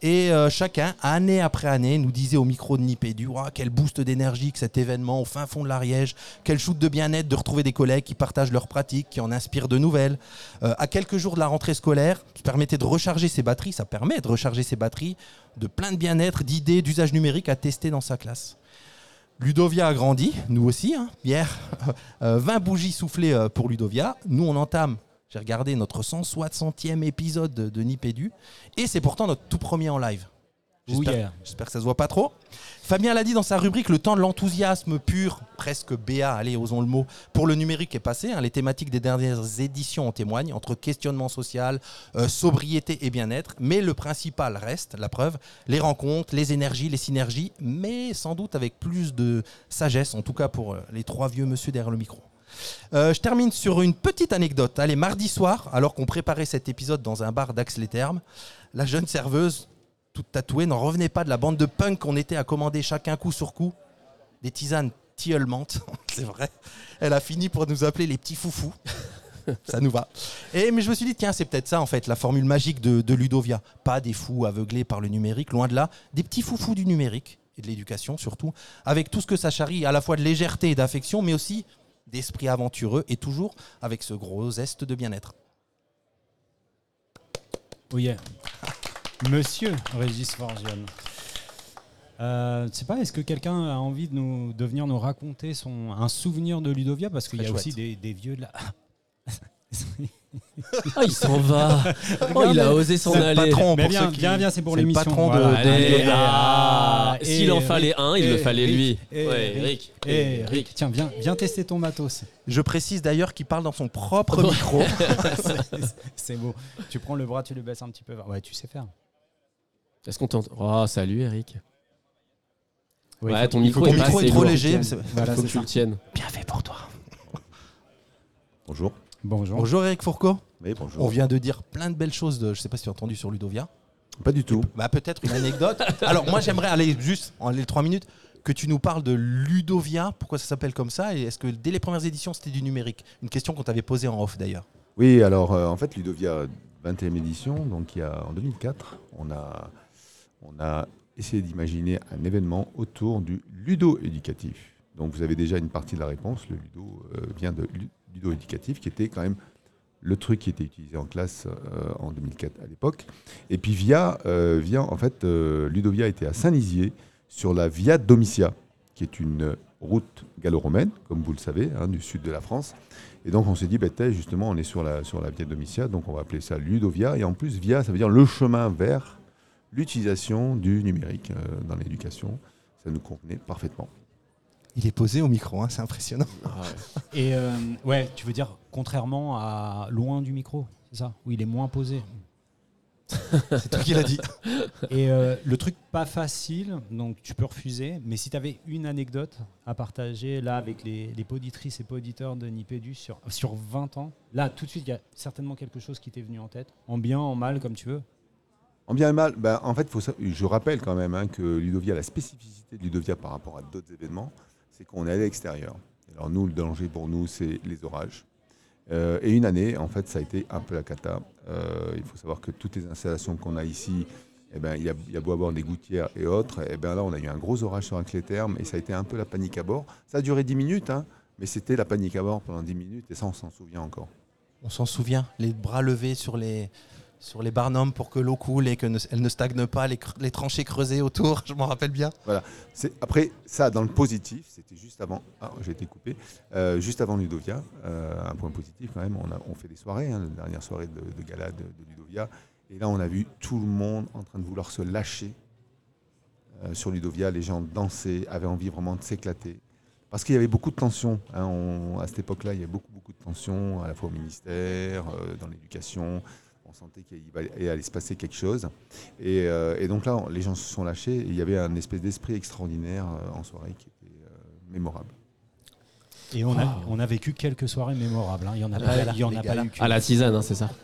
Et chacun, année après année, nous disait au micro de Nipédu, quel boost d'énergie que cet événement au fin fond de l'Ariège, quel shoot de bien-être de retrouver des collègues qui partagent leurs pratiques, qui en inspirent de nouvelles. À quelques jours de la rentrée scolaire, ça permet de recharger ses batteries de plein de bien-être, d'idées, d'usage numérique à tester dans sa classe. Ludovia a grandi, nous aussi, hier, 20 bougies soufflées pour Ludovia. Nous, on entame, j'ai regardé notre 160e épisode de Nipédu, et c'est pourtant notre tout premier en live. J'espère que ça se voit pas trop. Fabien l'a dit dans sa rubrique, le temps de l'enthousiasme pur, presque BA, allez, osons le mot, pour le numérique est passé. Les thématiques des dernières éditions en témoignent, entre questionnement social, sobriété et bien-être. Mais le principal reste, la preuve, les rencontres, les énergies, les synergies, mais sans doute avec plus de sagesse, en tout cas pour les trois vieux monsieur derrière le micro. Je termine sur une petite anecdote. Allez, mardi soir, alors qu'on préparait cet épisode dans un bar d'Ax-les-Thermes, la jeune serveuse, toute tatouée, n'en revenait pas de la bande de punk qu'on était à commander chacun coup sur coup. Des tisanes tilleulantes, c'est vrai. Elle a fini pour nous appeler les petits foufous. Ça nous va. Mais je me suis dit, tiens, c'est peut-être ça en fait, la formule magique de Ludovia. Pas des fous aveuglés par le numérique, loin de là. Des petits foufous du numérique, et de l'éducation surtout, avec tout ce que ça charrie, à la fois de légèreté et d'affection, mais aussi d'esprit aventureux, et toujours avec ce gros zeste de bien-être. Oui. Monsieur Régis Forgione. Je sais pas, est-ce que quelqu'un a envie de venir nous raconter un souvenir de Ludovia, parce qu'il y a chouette. aussi des vieux de la... Ah, il s'en va. Oh, il a osé s'en C'est le aller. patron. Mais pour viens, ceux qui- viens, c'est pour c'est le l'émission. patron de- Voilà. Allez, Et- s'il en et- fallait un, il le fallait lui. et- Ouais, et- Eric. et- Eric, tiens, viens tester ton matos. Je précise d'ailleurs qu'il parle dans son propre micro. C'est beau. Tu prends le bras, tu le baisses un petit peu. Ouais, tu sais faire. Est-ce qu'on t'entend? Oh, salut Eric. Oui, Ouais, faut- ton il faut micro qu'on est pas micro est assez trop lourd. léger. Voilà, Faut que c'est tu le ça. tiennes. Bien fait pour toi. Bonjour. Bonjour. Bonjour Eric Fourcault. Oui, bonjour. On vient de dire plein de belles choses, je ne sais pas si tu as entendu sur Ludovia. Pas du tout. Peut-être une anecdote. Alors moi j'aimerais aller juste, en les 3 minutes, que tu nous parles de Ludovia, pourquoi ça s'appelle comme ça, et est-ce que dès les premières éditions c'était du numérique? Une question qu'on t'avait posée en off d'ailleurs. Oui, alors en fait, Ludovia 21e édition, donc en 2004, on a essayé d'imaginer un événement autour du ludo-éducatif. Donc vous avez déjà une partie de la réponse, le ludo vient de ludo-éducatif, qui était quand même le truc qui était utilisé en classe en 2004 à l'époque. Et puis en fait, Ludovia était à Saint-Lizier, sur la Via Domitia, qui est une route gallo-romaine, comme vous le savez, du sud de la France. Et donc on s'est dit, justement, on est sur la Via Domitia, donc on va appeler ça Ludovia. Et en plus, Via, ça veut dire le chemin vers l'utilisation du numérique dans l'éducation. Ça nous convenait parfaitement. Il est posé au micro, c'est impressionnant. Et ouais, tu veux dire contrairement à loin du micro, c'est ça? Où il est moins posé. C'est toi qui l'as dit. Et le truc pas facile, donc tu peux refuser, mais si tu avais une anecdote à partager là avec les poditrices et poditeurs de Nipédu sur 20 ans, là tout de suite il y a certainement quelque chose qui t'est venu en tête, en bien, en mal, comme tu veux. En bien et mal, en fait, je rappelle quand même que Ludovia, la spécificité de Ludovia par rapport à d'autres événements, c'est qu'on est à l'extérieur. Alors nous, le danger pour nous, c'est les orages. Et une année, en fait, ça a été un peu la cata. Il faut savoir que toutes les installations qu'on a ici, il y a beau avoir des gouttières et autres, là, on a eu un gros orage sur Ax-les-Thermes et ça a été un peu la panique à bord. Ça a duré 10 minutes, mais c'était la panique à bord pendant 10 minutes et ça, on s'en souvient encore. On s'en souvient, les bras levés sur les barnums pour que l'eau coule et qu'elle ne stagne pas, les tranchées creusées autour, je m'en rappelle bien. Voilà. Après, ça, dans le positif, c'était juste avant. Ah, j'ai été coupé. Juste avant Ludovia, un point positif quand même, on fait des soirées, la dernière soirée de gala de Ludovia. Et là, on a vu tout le monde en train de vouloir se lâcher sur Ludovia. Les gens dansaient, avaient envie vraiment de s'éclater. Parce qu'il y avait beaucoup de tensions. À cette époque-là, il y avait beaucoup de tensions, à la fois au ministère, dans l'éducation. On sentait qu'il allait se passer quelque chose. Et donc là, les gens se sont lâchés. Et il y avait un espèce d'esprit extraordinaire en soirée qui était mémorable. Et on a vécu quelques soirées mémorables. Il y en a pas eu À la tisane, c'est ça.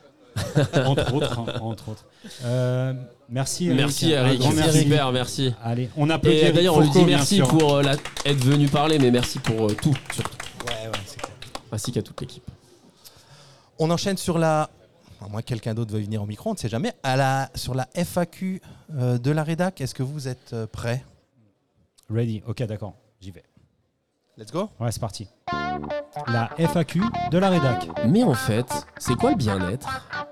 entre autres. Merci Eric. Merci Eric, Un grand merci. super, merci. Allez, on applaudit. Et Eric d'ailleurs, on lui Fourcault, dit bien merci sûr. pour être venu parler, mais merci pour tout, surtout. Ouais, c'est clair. Ainsi qu'à toute l'équipe. On enchaîne sur la à moins que quelqu'un d'autre veuille venir au micro, on ne sait jamais. Sur la FAQ de la rédac, est-ce que vous êtes prêts ? Ready. Ok, d'accord. J'y vais. Let's go. Ouais, c'est parti. La FAQ de la rédac. Mais en fait, c'est quoi le bien-être ?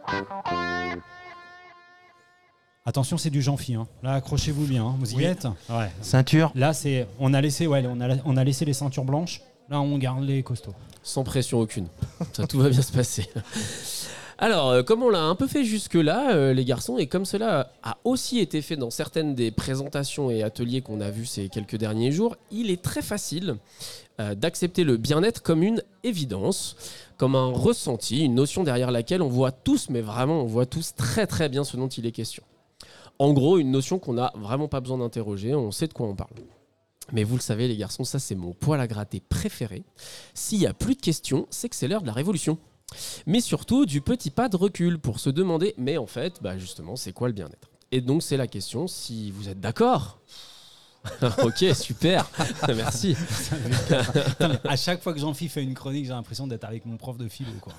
Attention, c'est du Jean-Phi. Hein. Là, accrochez-vous bien. Hein. Vous y êtes ? Ouais. Ceinture. Là, on a laissé les ceintures blanches. Là, on garde les costauds. Sans pression aucune. Ça, tout va bien se passer. Alors, comme on l'a un peu fait jusque-là, les garçons, et comme cela a aussi été fait dans certaines des présentations et ateliers qu'on a vus ces quelques derniers jours, il est très facile d'accepter le bien-être comme une évidence, comme un ressenti, une notion derrière laquelle on voit tous, mais vraiment on voit tous très très bien ce dont il est question. En gros, une notion qu'on n'a vraiment pas besoin d'interroger, on sait de quoi on parle. Mais vous le savez les garçons, ça c'est mon poil à gratter préféré. S'il n'y a plus de questions, c'est que c'est l'heure de la révolution. Mais surtout du petit pas de recul pour se demander, mais en fait, justement, c'est quoi le bien-être ? Et donc c'est la question, si vous êtes d'accord. Ok, super, merci. Putain, à chaque fois que Jean-Phi fait une chronique, j'ai l'impression d'être avec mon prof de philo, quoi.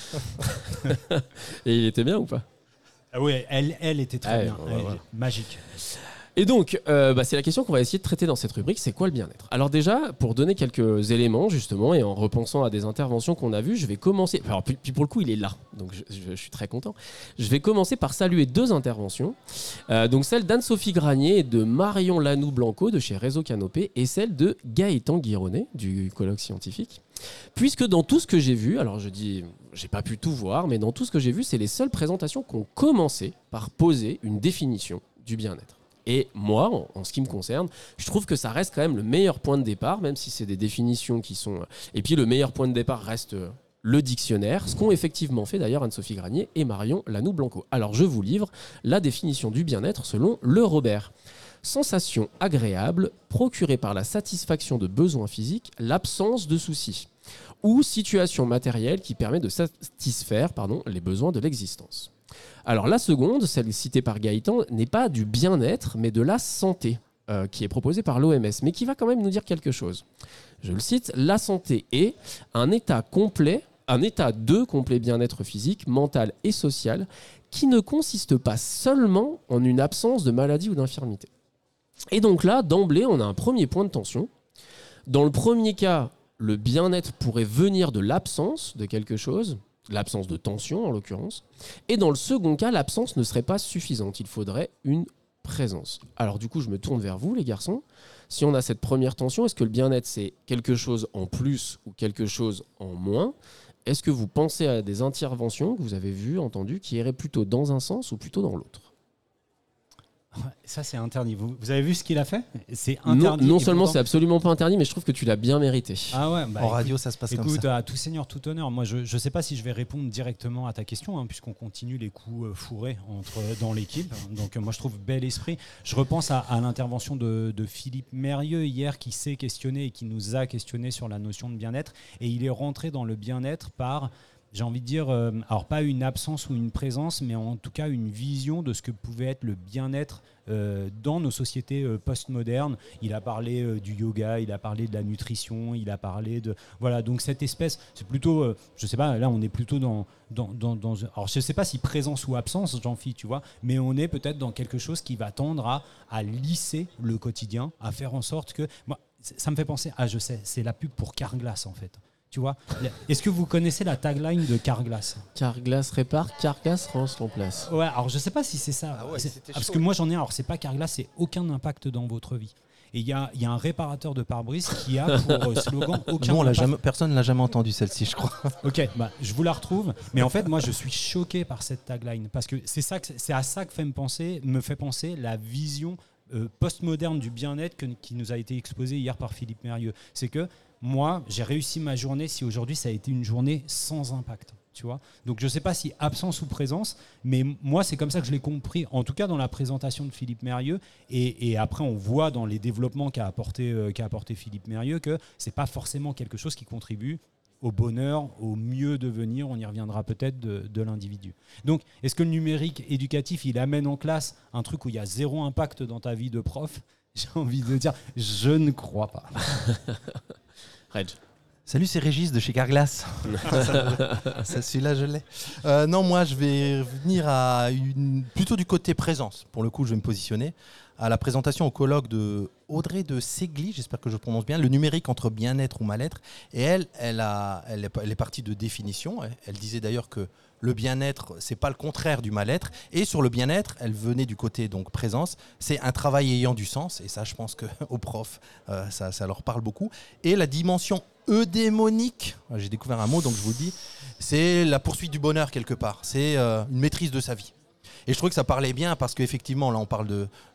Et il était bien ou pas ? Ah ouais, elle était très bien, voilà. Magique. Et donc, c'est la question qu'on va essayer de traiter dans cette rubrique, c'est quoi le bien-être ? Alors déjà, pour donner quelques éléments justement, et en repensant à des interventions qu'on a vues, je vais commencer, alors puis pour le coup il est là, donc je suis très content, je vais commencer par saluer 2 interventions, donc celle d'Anne-Sophie Granier et de Marion Lanoux-Blanco de chez Réseau Canopé, et celle de Gaëtan Guironnet du colloque scientifique. Puisque dans tout ce que j'ai vu, alors je dis, j'ai pas pu tout voir, mais dans tout ce que j'ai vu, c'est les seules présentations qui ont commencé par poser une définition du bien-être. Et moi, en ce qui me concerne, je trouve que ça reste quand même le meilleur point de départ, même si c'est des définitions qui sont... Et puis le meilleur point de départ reste le dictionnaire, ce qu'ont effectivement fait d'ailleurs Anne-Sophie Granier et Marion Lanoux-Blanco. Alors je vous livre la définition du bien-être selon le Robert. Sensation agréable procurée par la satisfaction de besoins physiques, l'absence de soucis, ou situation matérielle qui permet de satisfaire les besoins de l'existence. Alors la seconde, celle citée par Gaëtan, n'est pas du bien-être, mais de la santé, qui est proposée par l'OMS, mais qui va quand même nous dire quelque chose. Je le cite, la santé est un état de complet bien-être physique, mental et social, qui ne consiste pas seulement en une absence de maladie ou d'infirmité. Et donc là, d'emblée, on a un premier point de tension. Dans le premier cas, le bien-être pourrait venir de l'absence de quelque chose, l'absence de tension en l'occurrence. Et dans le second cas, l'absence ne serait pas suffisante. Il faudrait une présence. Alors du coup, je me tourne vers vous les garçons. Si on a cette première tension, est-ce que le bien-être c'est quelque chose en plus ou quelque chose en moins ? Est-ce que vous pensez à des interventions que vous avez vues, entendues, qui iraient plutôt dans un sens ou plutôt dans l'autre ? Ça, c'est interdit. Vous avez vu ce qu'il a fait ? C'est interdit. Non seulement c'est absolument pas interdit, mais je trouve que tu l'as bien mérité. Ah ouais, en radio, ça se passe comme ça. Écoute, à tout seigneur, tout honneur. Moi, je ne sais pas si je vais répondre directement à ta question, puisqu'on continue les coups fourrés dans l'équipe. Donc, moi, je trouve bel esprit. Je repense à l'intervention de Philippe Mérieux hier, qui s'est questionné et qui nous a questionné sur la notion de bien-être. Et il est rentré dans le bien-être par... J'ai envie de dire, alors pas une absence ou une présence, mais en tout cas une vision de ce que pouvait être le bien-être dans nos sociétés postmodernes. Il a parlé du yoga, il a parlé de la nutrition, il a parlé de... Voilà, donc cette espèce, c'est plutôt, je sais pas, là on est plutôt dans alors je sais pas si présence ou absence, Jean-Phi, tu vois, mais on est peut-être dans quelque chose qui va tendre à lisser le quotidien, à faire en sorte que... Moi, ça me fait penser, je sais, c'est la pub pour Carglass en fait. Tu vois, est-ce que vous connaissez la tagline de Carglass ? Carglass répare, Carglass remplace. Ouais, alors je sais pas si c'est ça. Parce que moi j'en ai un. Alors c'est pas Carglass, c'est aucun impact dans votre vie. Et il y a un réparateur de pare-brise qui a pour slogan aucun impact. Personne ne l'a jamais entendu celle-ci, je crois. Ok, je vous la retrouve. Mais en fait, moi je suis choqué par cette tagline parce que c'est à ça que me fait penser la vision postmoderne du bien-être qui nous a été exposée hier par Philippe Mérieux. C'est que moi, j'ai réussi ma journée si aujourd'hui ça a été une journée sans impact. Tu vois, donc je ne sais pas si absence ou présence, mais moi c'est comme ça que je l'ai compris, en tout cas dans la présentation de Philippe Mérieux, et après on voit dans les développements qu'a apporté Philippe Mérieux que ce n'est pas forcément quelque chose qui contribue au bonheur, au mieux devenir, on y reviendra peut-être, de l'individu. Donc est-ce que le numérique éducatif, il amène en classe un truc où il y a zéro impact dans ta vie de prof ? J'ai envie de dire, je ne crois pas. Reg. Salut, c'est Régis de chez Carglass. Celui-là, je l'ai. Non, moi, je vais venir plutôt du côté présence. Pour le coup, je vais me positionner à la présentation au colloque de Audrey de Segli, j'espère que je prononce bien, le numérique entre bien-être ou mal-être. Et elle est partie de définition. Elle disait d'ailleurs que le bien-être, c'est pas le contraire du mal-être. Et sur le bien-être, elle venait du côté donc présence. C'est un travail ayant du sens. Et ça, je pense qu'aux profs, ça leur parle beaucoup. Et la dimension eudémonique, j'ai découvert un mot, donc je vous le dis, c'est la poursuite du bonheur quelque part. C'est une maîtrise de sa vie. Et je trouvais que ça parlait bien parce qu'effectivement, là, on parle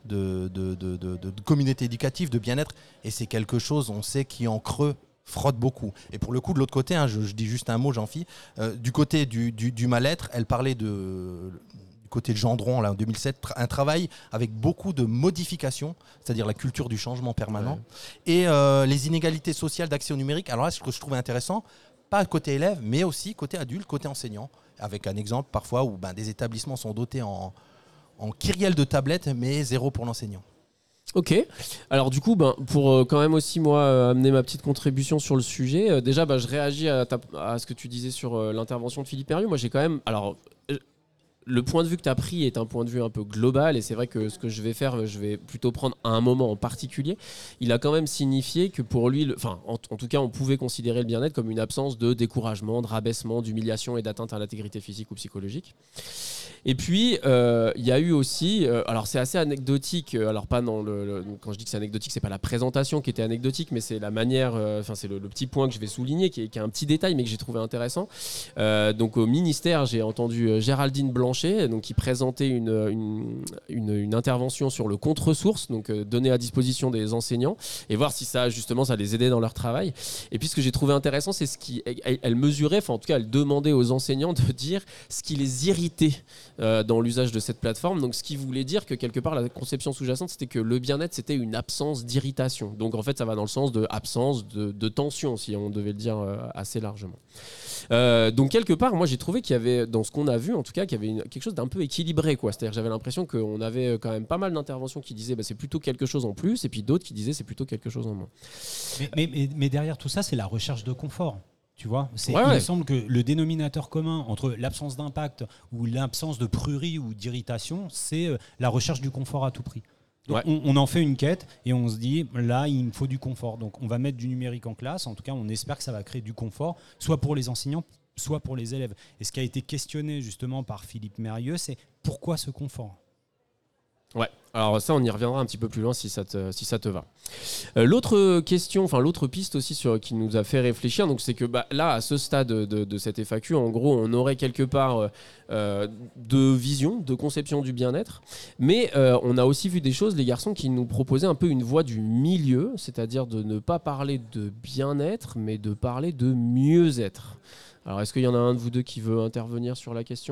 de communauté éducative, de bien-être. Et c'est quelque chose, on sait, qui en creux frotte beaucoup. Et pour le coup, de l'autre côté, je dis juste un mot, Jean-Phi, du côté du mal-être, elle parlait du côté de Gendron, là, en 2007, un travail avec beaucoup de modifications, c'est-à-dire la culture du changement permanent, et les inégalités sociales d'accès au numérique. Alors là, ce que je trouvais intéressant, pas côté élève, mais aussi côté adulte, côté enseignant, avec un exemple parfois où des établissements sont dotés en kyrielle de tablettes, mais zéro pour l'enseignant. Ok, alors du coup, pour quand même aussi moi amener ma petite contribution sur le sujet, déjà je réagis à ce que tu disais sur l'intervention de Philippe Herrieux. Moi j'ai quand même, alors le point de vue que tu as pris est un point de vue un peu global et c'est vrai que ce que je vais faire, je vais plutôt prendre à un moment en particulier. Il a quand même signifié que pour lui, en tout cas on pouvait considérer le bien-être comme une absence de découragement, de rabaissement, d'humiliation et d'atteinte à l'intégrité physique ou psychologique. Et puis il y a eu aussi, alors c'est assez anecdotique, alors pas dans quand je dis que c'est anecdotique, c'est pas la présentation qui était anecdotique, mais c'est la manière, c'est le petit point que je vais souligner qui est un petit détail mais que j'ai trouvé intéressant. Donc au ministère, j'ai entendu Géraldine Blanchet, donc qui présentait une intervention sur le compte ressources, donc donné à disposition des enseignants et voir si ça les aidait dans leur travail. Et puis ce que j'ai trouvé intéressant, c'est elle mesurait, en tout cas elle demandait aux enseignants de dire ce qui les irritait dans l'usage de cette plateforme. Donc ce qui voulait dire que quelque part la conception sous-jacente, c'était que le bien-être, c'était une absence d'irritation. Donc en fait ça va dans le sens de absence de tension, si on devait le dire assez largement. Donc quelque part, moi j'ai trouvé qu'il y avait, dans ce qu'on a vu en tout cas, qu'il y avait quelque chose d'un peu équilibré, quoi. C'est-à-dire que j'avais l'impression qu'on avait quand même pas mal d'interventions qui disaient c'est plutôt quelque chose en plus, et puis d'autres qui disaient c'est plutôt quelque chose en moins. Mais derrière tout ça, c'est la recherche de confort. Tu vois, il me semble que le dénominateur commun entre l'absence d'impact ou l'absence de prurie ou d'irritation, c'est la recherche du confort à tout prix. Donc on en fait une quête et on se dit là il me faut du confort, donc on va mettre du numérique en classe. En tout cas on espère que ça va créer du confort, soit pour les enseignants, soit pour les élèves. Et ce qui a été questionné justement par Philippe Herrieux, c'est pourquoi ce confort ? Ouais, alors ça on y reviendra un petit peu plus loin si ça te va. L'autre question, l'autre piste aussi qui nous a fait réfléchir, donc c'est que là à ce stade de cette FAQ, en gros on aurait quelque part de vision, de conception du bien-être, mais on a aussi vu des choses, les garçons, qui nous proposaient un peu une voie du milieu, c'est-à-dire de ne pas parler de bien-être, mais de parler de mieux-être. Alors est-ce qu'il y en a un de vous deux qui veut intervenir sur la question ?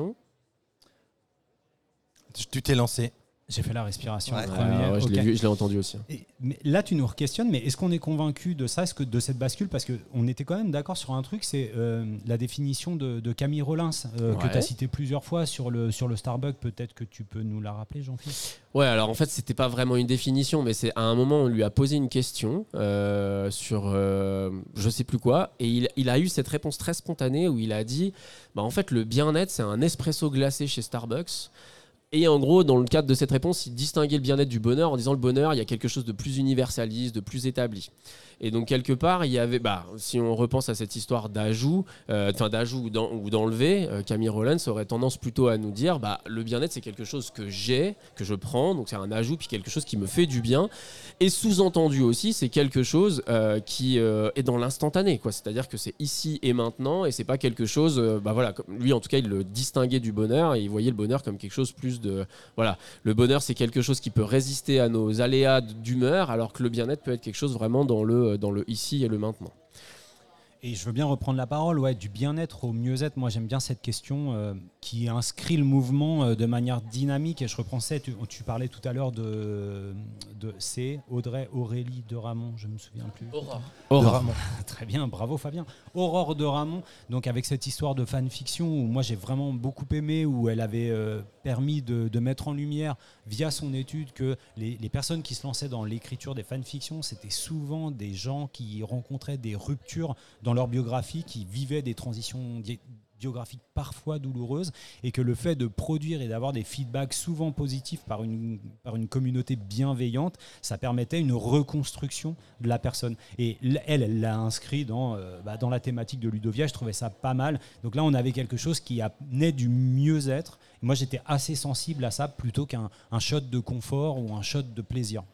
Tu t'es lancé. J'ai fait la respiration. Je l'ai entendu aussi. Mais là, tu nous re-questionnes, mais est-ce qu'on est convaincu de ça, de cette bascule ? Parce qu'on était quand même d'accord sur un truc, c'est la définition de Camille Rollins, que tu as cité plusieurs fois sur le Starbucks. Peut-être que tu peux nous la rappeler, Jean-Philippe ? Ouais, alors en fait, c'était pas vraiment une définition, mais c'est à un moment, on lui a posé une question sur je sais plus quoi, et il a eu cette réponse très spontanée où il a dit en fait, le bien-être, c'est un espresso glacé chez Starbucks. Et en gros, dans le cadre de cette réponse, il distinguait le bien-être du bonheur en disant le bonheur, il y a quelque chose de plus universaliste, de plus établi. Et donc quelque part, il y avait, si on repense à cette histoire d'ajout ou d'enlever, Camille Rollins aurait tendance plutôt à nous dire, le bien-être c'est quelque chose que je prends, donc c'est un ajout puis quelque chose qui me fait du bien. Et sous-entendu aussi, c'est quelque chose qui est dans l'instantané, quoi. C'est-à-dire que c'est ici et maintenant, et c'est pas quelque chose, lui en tout cas, il le distinguait du bonheur et il voyait le bonheur comme quelque chose plus de, le bonheur c'est quelque chose qui peut résister à nos aléas d'humeur, alors que le bien-être peut être quelque chose vraiment dans le ici et le maintenant. Et je veux bien reprendre la parole, du bien-être au mieux-être. Moi, j'aime bien cette question qui inscrit le mouvement de manière dynamique. Et je reprends ça, tu parlais tout à l'heure c'est Audrey Aurélie de Ramon, je ne me souviens plus. Aurore. De Ramon. Très bien, bravo Fabien. Aurore de Ramon, donc avec cette histoire de fanfiction où moi j'ai vraiment beaucoup aimé, où elle avait permis de mettre en lumière via son étude que les personnes qui se lançaient dans l'écriture des fanfictions, c'était souvent des gens qui rencontraient des ruptures dans dans leur biographie qu'ils vivaient des transitions biographiques parfois douloureuses et que le fait de produire et d'avoir des feedbacks souvent positifs par une communauté bienveillante, ça permettait une reconstruction de la personne. Et elle l'a inscrit dans la thématique de Ludovia, je trouvais ça pas mal. Donc là, on avait quelque chose qui naît du mieux-être. Moi, j'étais assez sensible à ça plutôt qu'un shot de confort ou un shot de plaisir.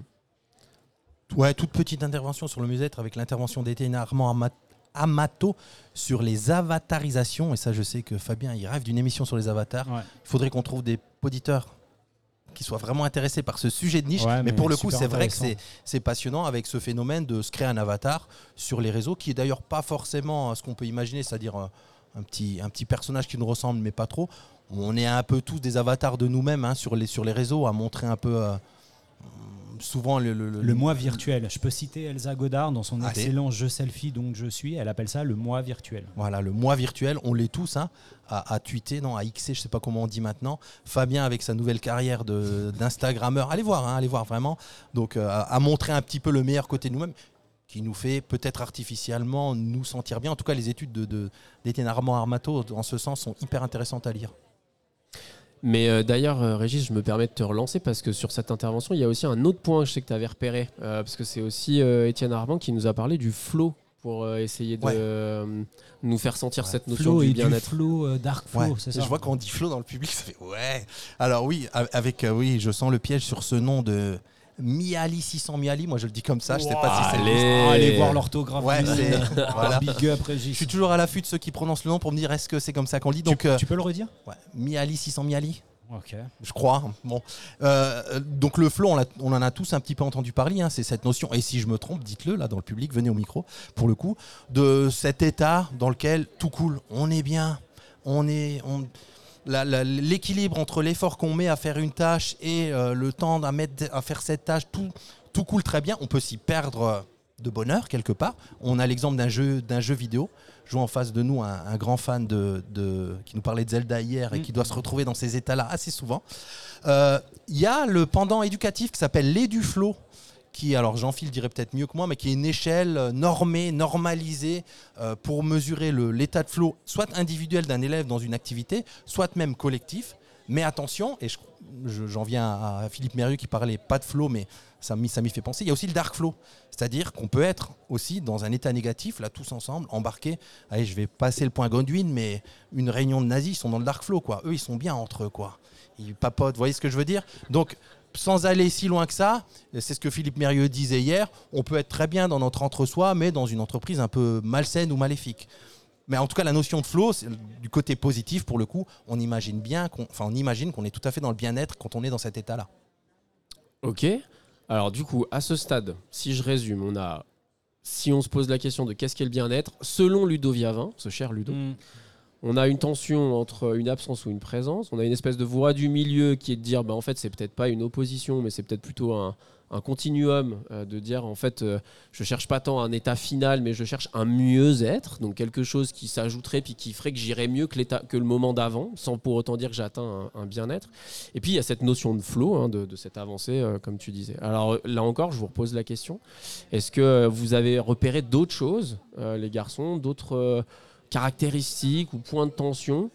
Ouais, toute petite intervention sur le mieux-être avec l'intervention d'Étienne Armand Amato sur les avatarisations. Et ça, je sais que Fabien, il rêve d'une émission sur les avatars. Ouais. Il faudrait qu'on trouve des auditeurs qui soient vraiment intéressés par ce sujet de niche. Ouais, mais pour le coup, c'est vrai que c'est passionnant avec ce phénomène de se créer un avatar sur les réseaux, qui est d'ailleurs pas forcément ce qu'on peut imaginer, c'est-à-dire un petit personnage qui nous ressemble, mais pas trop. On est un peu tous des avatars de nous-mêmes sur les réseaux, à montrer un peu... souvent le moi virtuel. Je peux citer Elsa Godard dans son excellent jeu selfie, donc je suis. Elle appelle ça le moi virtuel. Voilà, le moi virtuel. On l'est tous à tweeter, à xer, je sais pas comment on dit maintenant. Fabien avec sa nouvelle carrière d'instagrammeur. Allez voir vraiment. Donc à montrer un petit peu le meilleur côté de nous-mêmes, qui nous fait peut-être artificiellement nous sentir bien. En tout cas, les études d'Étienne Armand Amato en ce sens sont hyper intéressantes à lire. Mais d'ailleurs, Régis, je me permets de te relancer parce que sur cette intervention, il y a aussi un autre point que je sais que tu avais repéré, parce que c'est aussi Étienne Armand qui nous a parlé du flow pour essayer de nous faire sentir cette notion flow du bien-être. Flow, dark flow, c'est ça. Je vois quand on dit flow dans le public, ça fait ouais. Alors oui, je sens le piège sur ce nom de Miali 600 Miali, moi je le dis comme ça, je sais pas si c'est allez voir l'orthographe. Ouais, voilà. Big up, Régis. Je suis toujours à l'affût de ceux qui prononcent le nom pour me dire est-ce que c'est comme ça qu'on le dit. Donc tu peux le redire? Ouais, Miali 600 Miali. Ok. Je crois. Bon, donc le flow, on en a tous un petit peu entendu parler. C'est cette notion. Et si je me trompe, dites-le là dans le public, venez au micro pour le coup, de cet état dans lequel tout coule. On est bien. L'équilibre entre l'effort qu'on met à faire une tâche et le temps à faire cette tâche, tout coule très bien. On peut s'y perdre de bonheur quelque part. On a l'exemple d'un jeu vidéo. Je vois en face de nous un grand fan qui nous parlait de Zelda hier et qui doit se retrouver dans ces états-là assez souvent. Il y a le pendant éducatif qui s'appelle l'EduFlow, qui, alors Jean-Phil dirait peut-être mieux que moi, mais qui est une échelle normée, normalisée pour mesurer l'état de flow, soit individuel d'un élève dans une activité, soit même collectif. Mais attention, et j'en viens à Philippe Mérieux qui parlait pas de flow, mais ça m'y fait penser, il y a aussi le dark flow. C'est-à-dire qu'on peut être aussi dans un état négatif, là tous ensemble, embarqués. Allez, je vais passer le point Godwin, mais une réunion de nazis, ils sont dans le dark flow, quoi. Eux, ils sont bien entre eux, quoi. Ils papotent, vous voyez ce que je veux dire ? Donc, sans aller si loin que ça, c'est ce que Philippe Mérieux disait hier, on peut être très bien dans notre entre-soi, mais dans une entreprise un peu malsaine ou maléfique. Mais en tout cas, la notion de flow, du côté positif, pour le coup, on imagine qu'on est tout à fait dans le bien-être quand on est dans cet état-là. Ok. Alors du coup, à ce stade, si je résume, si on se pose la question de qu'est-ce qu'est le bien-être, selon Ludovia 20, ce cher Ludo, on a une tension entre une absence ou une présence, on a une espèce de voie du milieu qui est de dire, en fait, c'est peut-être pas une opposition, mais c'est peut-être plutôt un continuum, de dire en fait je cherche pas tant un état final mais je cherche un mieux-être, donc quelque chose qui s'ajouterait puis qui ferait que j'irais mieux que le moment d'avant sans pour autant dire que j'atteins un bien-être. Et puis il y a cette notion de flow, de cette avancée, comme tu disais. Alors là encore je vous repose la question, est-ce que vous avez repéré d'autres choses, les garçons, d'autres caractéristiques ou points de tension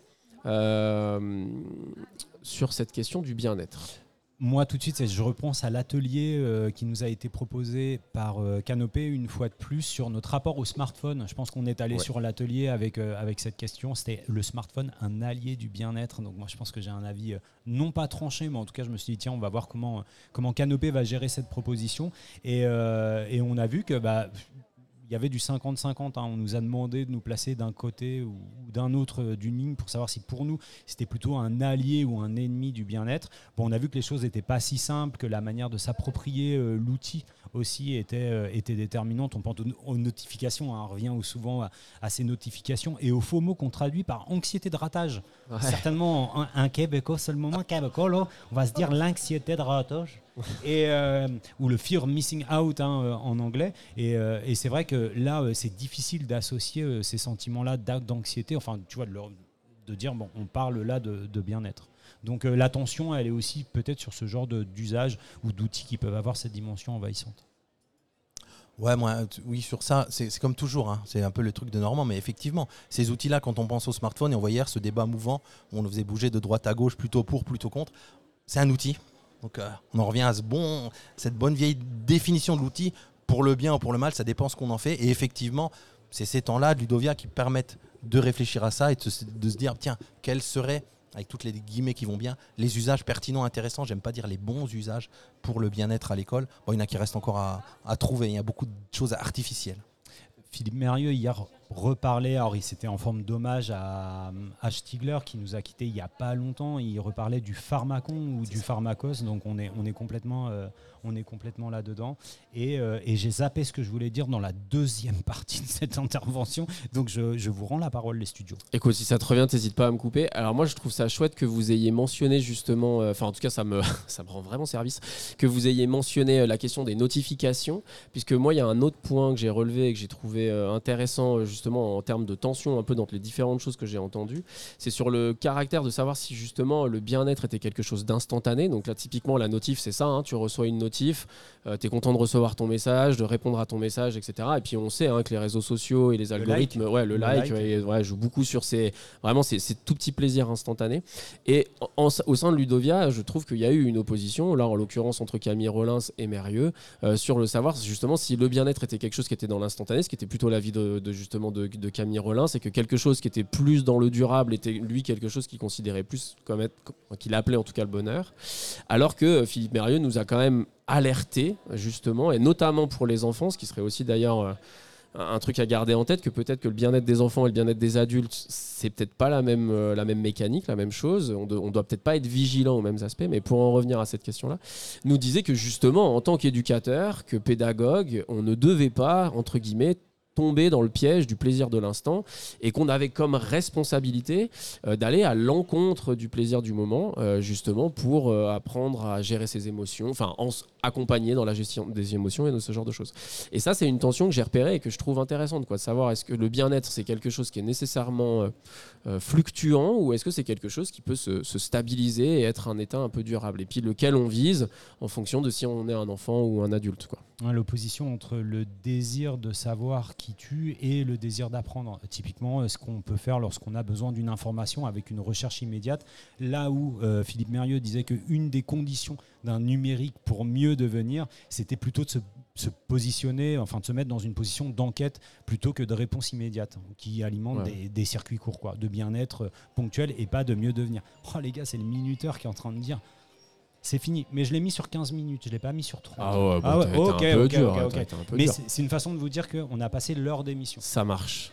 sur cette question du bien-être? Moi, tout de suite, je repense à l'atelier qui nous a été proposé par Canopé une fois de plus sur notre rapport au smartphone. Je pense qu'on est allé sur l'atelier avec cette question. C'était le smartphone, un allié du bien-être. Donc moi, je pense que j'ai un avis non pas tranché, mais en tout cas, je me suis dit, tiens, on va voir comment Canopé va gérer cette proposition. Et on a vu que... il y avait du 50-50, on nous a demandé de nous placer d'un côté ou d'un autre d'une ligne pour savoir si pour nous c'était plutôt un allié ou un ennemi du bien-être. Bon, on a vu que les choses n'étaient pas si simples, que la manière de s'approprier l'outil aussi était déterminante. On pense aux notifications, on revient souvent à ces notifications et aux faux mots qu'on traduit par anxiété de ratage. Ouais. Certainement un Québécois, seulement Québécois, là, on va se dire l'anxiété de ratage. Ou le fear of missing out en anglais, et c'est vrai que là c'est difficile d'associer ces sentiments-là d'anxiété, enfin tu vois, de dire bon, on parle là de bien-être. Donc l'attention, elle est aussi peut-être sur ce genre d'usage ou d'outils qui peuvent avoir cette dimension envahissante. Ouais, oui, sur ça, c'est comme toujours, hein. C'est un peu le truc de Normand, mais effectivement, ces outils-là, quand on pense au smartphone, et on voyait hier ce débat mouvant, où on le faisait bouger de droite à gauche, plutôt pour, plutôt contre, c'est un outil. Donc on en revient à cette bonne vieille définition de l'outil, pour le bien ou pour le mal, ça dépend ce qu'on en fait, et effectivement, c'est ces temps-là de Ludovia qui permettent de réfléchir à ça et de se dire, tiens, quels seraient, avec toutes les guillemets qui vont bien, les usages pertinents, intéressants, j'aime pas dire les bons usages pour le bien-être à l'école. Bon, il y en a qui restent encore à trouver, il y a beaucoup de choses artificielles. Philippe Mérieux hier reparlait, alors c'était en forme d'hommage à Stigler qui nous a quittés il n'y a pas longtemps, il reparlait du pharmacon ou du pharmacos, donc on est complètement là-dedans. Et j'ai zappé ce que je voulais dire dans la deuxième partie de cette intervention, donc je vous rends la parole, les studios. Écoute, si ça te revient, t'hésites pas à me couper. Alors moi, je trouve ça chouette que vous ayez mentionné justement, en tout cas, ça me rend vraiment service, que vous ayez mentionné la question des notifications, puisque moi, il y a un autre point que j'ai relevé et que j'ai trouvé intéressant justement en termes de tension un peu dans les différentes choses que j'ai entendues, c'est sur le caractère de savoir si justement le bien-être était quelque chose d'instantané. Donc là, typiquement, la notif, c'est ça, hein, tu reçois une notif, tu es content de recevoir ton message, de répondre à ton message, etc. Et puis on sait que les réseaux sociaux et les algorithmes, le like jouent beaucoup sur ces tout petits plaisirs instantanés. Et au sein de Ludovia, je trouve qu'il y a eu une opposition, là en l'occurrence entre Camille Rollins et Mérieux, sur le savoir justement si le bien-être était quelque chose qui était dans l'instantané, ce qui était plutôt l'avis de Camille Rollins, c'est que quelque chose qui était plus dans le durable était lui quelque chose qu'il considérait plus qu'il appelait en tout cas le bonheur, alors que Philippe Mérieux nous a quand même alerté justement, et notamment pour les enfants, ce qui serait aussi d'ailleurs un truc à garder en tête, que peut-être que le bien-être des enfants et le bien-être des adultes, c'est peut-être pas la même mécanique, la même chose. On doit peut-être pas être vigilant aux mêmes aspects, mais pour en revenir à cette question-là, nous disait que justement, en tant qu'éducateur, que pédagogue, on ne devait pas, entre guillemets, tomber dans le piège du plaisir de l'instant, et qu'on avait comme responsabilité d'aller à l'encontre du plaisir du moment, justement pour apprendre à gérer ses émotions, accompagner dans la gestion des émotions et de ce genre de choses. Et ça, c'est une tension que j'ai repérée et que je trouve intéressante, de savoir est-ce que le bien-être, c'est quelque chose qui est nécessairement fluctuant, ou est-ce que c'est quelque chose qui peut se stabiliser et être un état un peu durable, et puis lequel on vise en fonction de si on est un enfant ou un adulte, quoi. L'opposition entre le désir de savoir qui tue et le désir d'apprendre. Typiquement, ce qu'on peut faire lorsqu'on a besoin d'une information avec une recherche immédiate, là où Philippe Mérieux disait qu'une des conditions d'un numérique pour mieux devenir, c'était plutôt de se positionner, de se mettre dans une position d'enquête plutôt que de réponse immédiate, qui alimente des circuits courts, de bien-être ponctuel et pas de mieux devenir. Oh les gars, c'est le minuteur qui est en train de dire c'est fini, mais je l'ai mis sur 15 minutes, je ne l'ai pas mis sur 30. Ok. Mais c'est une façon de vous dire qu'on a passé l'heure d'émission. Ça marche.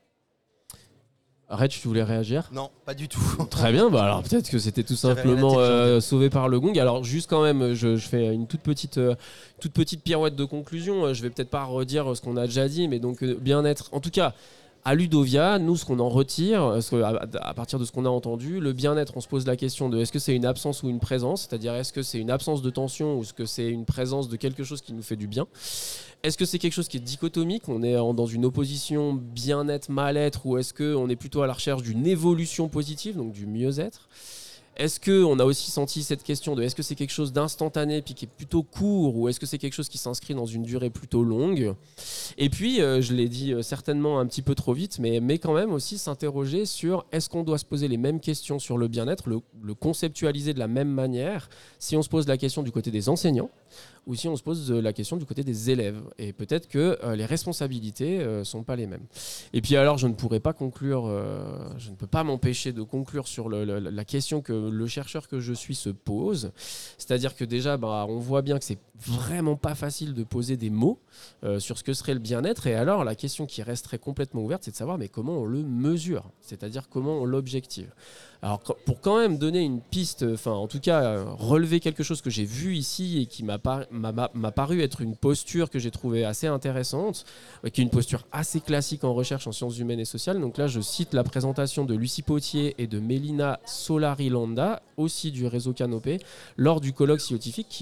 Reg, tu voulais réagir ? Non, pas du tout. Très bien, alors peut-être que c'était tout simplement sauvé par le gong. Alors juste quand même, je fais une toute petite pirouette de conclusion. Je vais peut-être pas redire ce qu'on a déjà dit, mais donc bien-être, en tout cas, à Ludovia, nous, ce qu'on en retire, à partir de ce qu'on a entendu, le bien-être, on se pose la question de est-ce que c'est une absence ou une présence ? C'est-à-dire, est-ce que c'est une absence de tension ou est-ce que c'est une présence de quelque chose qui nous fait du bien ? Est-ce que c'est quelque chose qui est dichotomique ? On est dans une opposition bien-être, mal-être, ou est-ce qu'on est plutôt à la recherche d'une évolution positive, donc du mieux-être ? Est-ce qu'on a aussi senti cette question de est-ce que c'est quelque chose d'instantané puis qui est plutôt court, ou est-ce que c'est quelque chose qui s'inscrit dans une durée plutôt longue ? Et puis, je l'ai dit certainement un petit peu trop vite, mais quand même aussi s'interroger sur est-ce qu'on doit se poser les mêmes questions sur le bien-être, le conceptualiser de la même manière, si on se pose la question du côté des enseignants ou si on se pose la question du côté des élèves. Et peut-être que les responsabilités ne sont pas les mêmes. Et puis alors, je ne pourrais pas conclure, je ne peux pas m'empêcher de conclure sur la question que le chercheur que je suis se pose. C'est-à-dire que déjà, on voit bien que c'est vraiment pas facile de poser des mots sur ce que serait le bien-être. Et alors, la question qui resterait complètement ouverte, c'est de savoir mais comment on le mesure, c'est-à-dire comment on l'objective. Alors, pour quand même donner une piste, en tout cas, relever quelque chose que j'ai vu ici et qui m'a paru être une posture que j'ai trouvée assez intéressante, qui est une posture assez classique en recherche en sciences humaines et sociales. Donc là, je cite la présentation de Lucie Potier et de Mélina Solari-Landa, aussi du réseau Canopé, lors du colloque scientifique, qui ont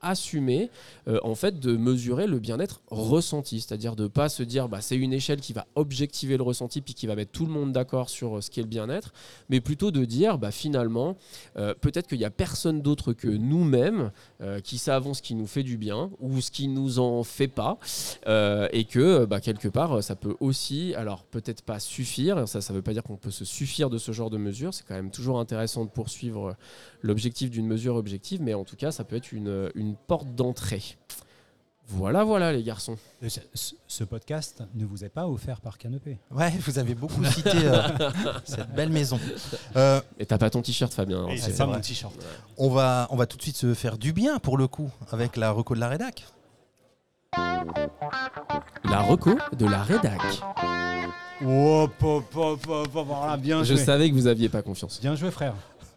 assumer en fait de mesurer le bien-être ressenti, c'est-à-dire de pas se dire c'est une échelle qui va objectiver le ressenti puis qui va mettre tout le monde d'accord sur ce qu'est le bien-être, mais plutôt de dire finalement peut-être qu'il n'y a personne d'autre que nous-mêmes qui savons ce qui nous fait du bien ou ce qui nous en fait pas, et que quelque part ça peut aussi, alors peut-être pas suffire, ça veut pas dire qu'on peut se suffire de ce genre de mesure, c'est quand même toujours intéressant de poursuivre l'objectif d'une mesure objective, mais en tout cas ça peut être une porte d'entrée. Voilà les garçons. Ce podcast ne vous est pas offert par Canopé. Ouais, vous avez beaucoup cité cette belle maison. Et t'as pas ton t-shirt, Fabien. Et hein, c'est pas mon t-shirt. On va tout de suite se faire du bien pour le coup avec la reco de la rédac. La reco de la rédac. Voilà, bien Je joué. savais que vous aviez pas confiance. Bien joué, frère.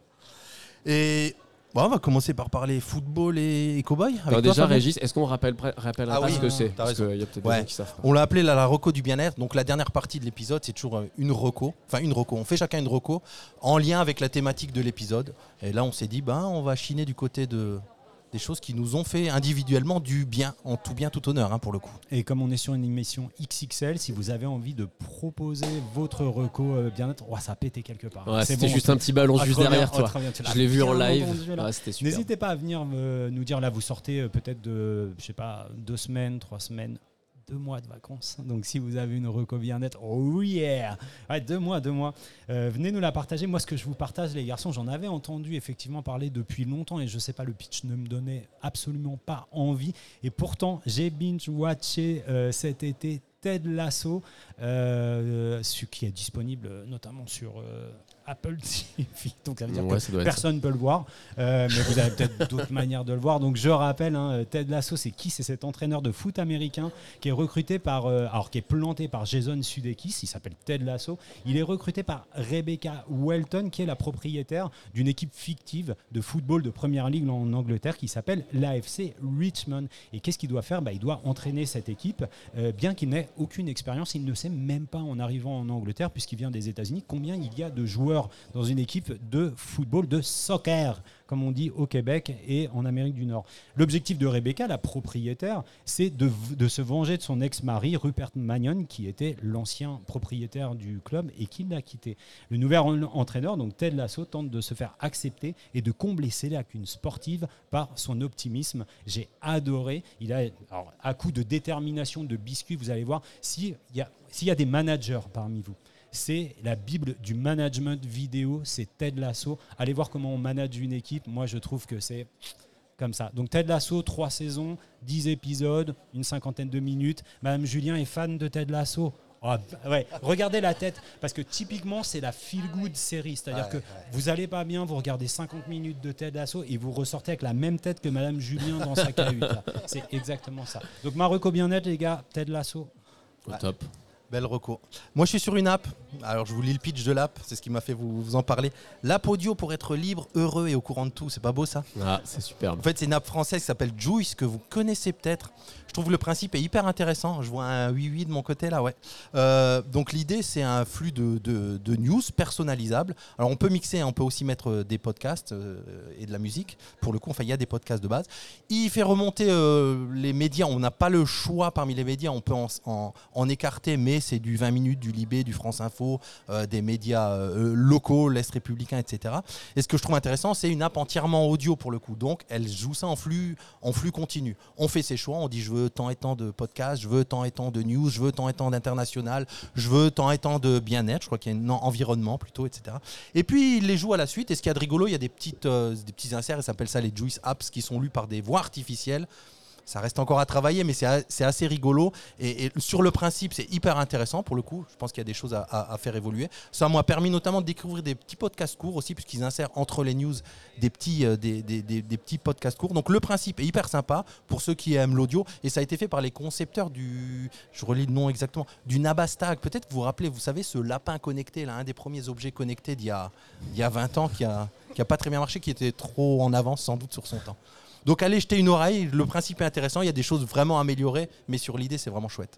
Et on va commencer par parler football et cow-boy. avec Alors toi, déjà, Fabien. Régis, est-ce qu'on rappellera Ah pas oui, ce que c'est? t'as Parce raison. qu'il y a peut-être Ouais. des gens qui savent pas. On l'a appelé la reco du bien-être. Donc la dernière partie de l'épisode, c'est toujours une reco. Enfin une reco. On fait chacun une reco en lien avec la thématique de l'épisode. Et là, on s'est dit, on va chiner du côté des choses qui nous ont fait individuellement du bien, en tout bien, tout honneur, pour le coup. Et comme on est sur une émission XXL, si vous avez envie de proposer votre reco bien-être, ça a pété quelque part. Ouais, C'est c'était bon, juste un petit ballon juste trop bien, derrière toi. trop bien, tu l'as Je l'ai vu en bien live. entendu, là. Ouais, c'était super. N'hésitez pas à venir nous dire, là vous sortez peut-être de, 2 semaines, 3 semaines, 2 mois de vacances. Donc si vous avez une reco bien-être, oh yeah, ouais, 2 mois. Venez nous la partager. Moi, ce que je vous partage, les garçons, j'en avais entendu effectivement parler depuis longtemps et je sais pas, le pitch ne me donnait absolument pas envie. Et pourtant, j'ai binge-watché cet été Ted Lasso, ce qui est disponible notamment sur Apple TV. Donc ça veut dire Ouais, que ça doit être ça. personne ne peut le voir, mais vous avez peut-être d'autres manières de le voir. Donc je rappelle, Ted Lasso, c'est qui? C'est cet entraîneur de foot américain qui est recruté par, qui est planté par Jason Sudeikis. Il s'appelle Ted Lasso. Il est recruté par Rebecca Welton, qui est la propriétaire d'une équipe fictive de football de première ligue en Angleterre qui s'appelle l'AFC Richmond. Et qu'est-ce qu'il doit faire? Il doit entraîner cette équipe, bien qu'il n'ait aucune expérience. Il ne sait même pas, en arrivant en Angleterre, puisqu'il vient des États-Unis, combien il y a de joueurs dans une équipe de football, de soccer, comme on dit au Québec et en Amérique du Nord. L'objectif de Rebecca, la propriétaire, c'est de se venger de son ex-mari, Rupert Magnon, qui était l'ancien propriétaire du club et qui l'a quitté. Le nouvel entraîneur, donc Ted Lasso, tente de se faire accepter et de combler ses lacunes sportives par son optimisme. J'ai adoré. Alors, à coup de détermination, de biscuit, vous allez voir, s'il y a des managers parmi vous, c'est la Bible du management vidéo, c'est Ted Lasso. Allez voir comment on manage une équipe. Moi, je trouve que c'est comme ça. Donc Ted Lasso, 3 saisons, 10 épisodes, une 50aine de minutes. Madame Julien est fan de Ted Lasso. Oh, ouais. Regardez la tête, parce que typiquement, c'est la feel-good série. C'est-à-dire que vous allez pas bien, vous regardez 50 minutes de Ted Lasso et vous ressortez avec la même tête que Madame Julien dans sa cahute. Là. C'est exactement ça. Donc ma reco bien-être, les gars, Ted Lasso. Au top. Belle reco. Moi, je suis sur une app. Alors, je vous lis le pitch de l'app. C'est ce qui m'a fait vous en parler. L'app audio pour être libre, heureux et au courant de tout. C'est pas beau, ça? Ah, c'est superbe. En fait, c'est une app française qui s'appelle Juice, que vous connaissez peut-être. Je trouve le principe est hyper intéressant. Je vois un oui de mon côté là, ouais. Donc l'idée, c'est un flux de news personnalisable. Alors on peut mixer, on peut aussi mettre des podcasts et de la musique. Pour le coup, il y a des podcasts de base. Il fait remonter les médias. On n'a pas le choix parmi les médias. On peut en écarter, mais c'est du 20 minutes, du Libé, du France Info, des médias locaux, l'Est républicain, etc. Et ce que je trouve intéressant, c'est une app entièrement audio pour le coup. Donc elle joue ça en flux continu. On fait ses choix. On dit je veux tant et tant de podcasts, je veux tant et tant de news, je veux tant et tant d'international, je veux tant et tant de bien-être, je crois qu'il y a un environnement plutôt, etc. Et puis il les joue à la suite, et ce qu'il y a de rigolo, il y a des petits inserts, ils s'appellent ça les Juice Apps, qui sont lus par des voix artificielles. Ça reste encore à travailler, mais c'est assez rigolo. Et sur le principe, c'est hyper intéressant pour le coup. Je pense qu'il y a des choses à faire évoluer. Ça m'a permis notamment de découvrir des petits podcasts courts aussi, puisqu'ils insèrent entre les news des petits podcasts courts. Donc le principe est hyper sympa pour ceux qui aiment l'audio. Et ça a été fait par les concepteurs je relis le nom exactement, du Nabastag. Peut-être vous vous rappelez, vous savez, ce lapin connecté, là, un des premiers objets connectés d'il y a 20 ans qui a pas très bien marché, qui était trop en avance sans doute sur son temps. Donc allez jeter une oreille, le principe est intéressant, il y a des choses vraiment améliorées, mais sur l'idée c'est vraiment chouette.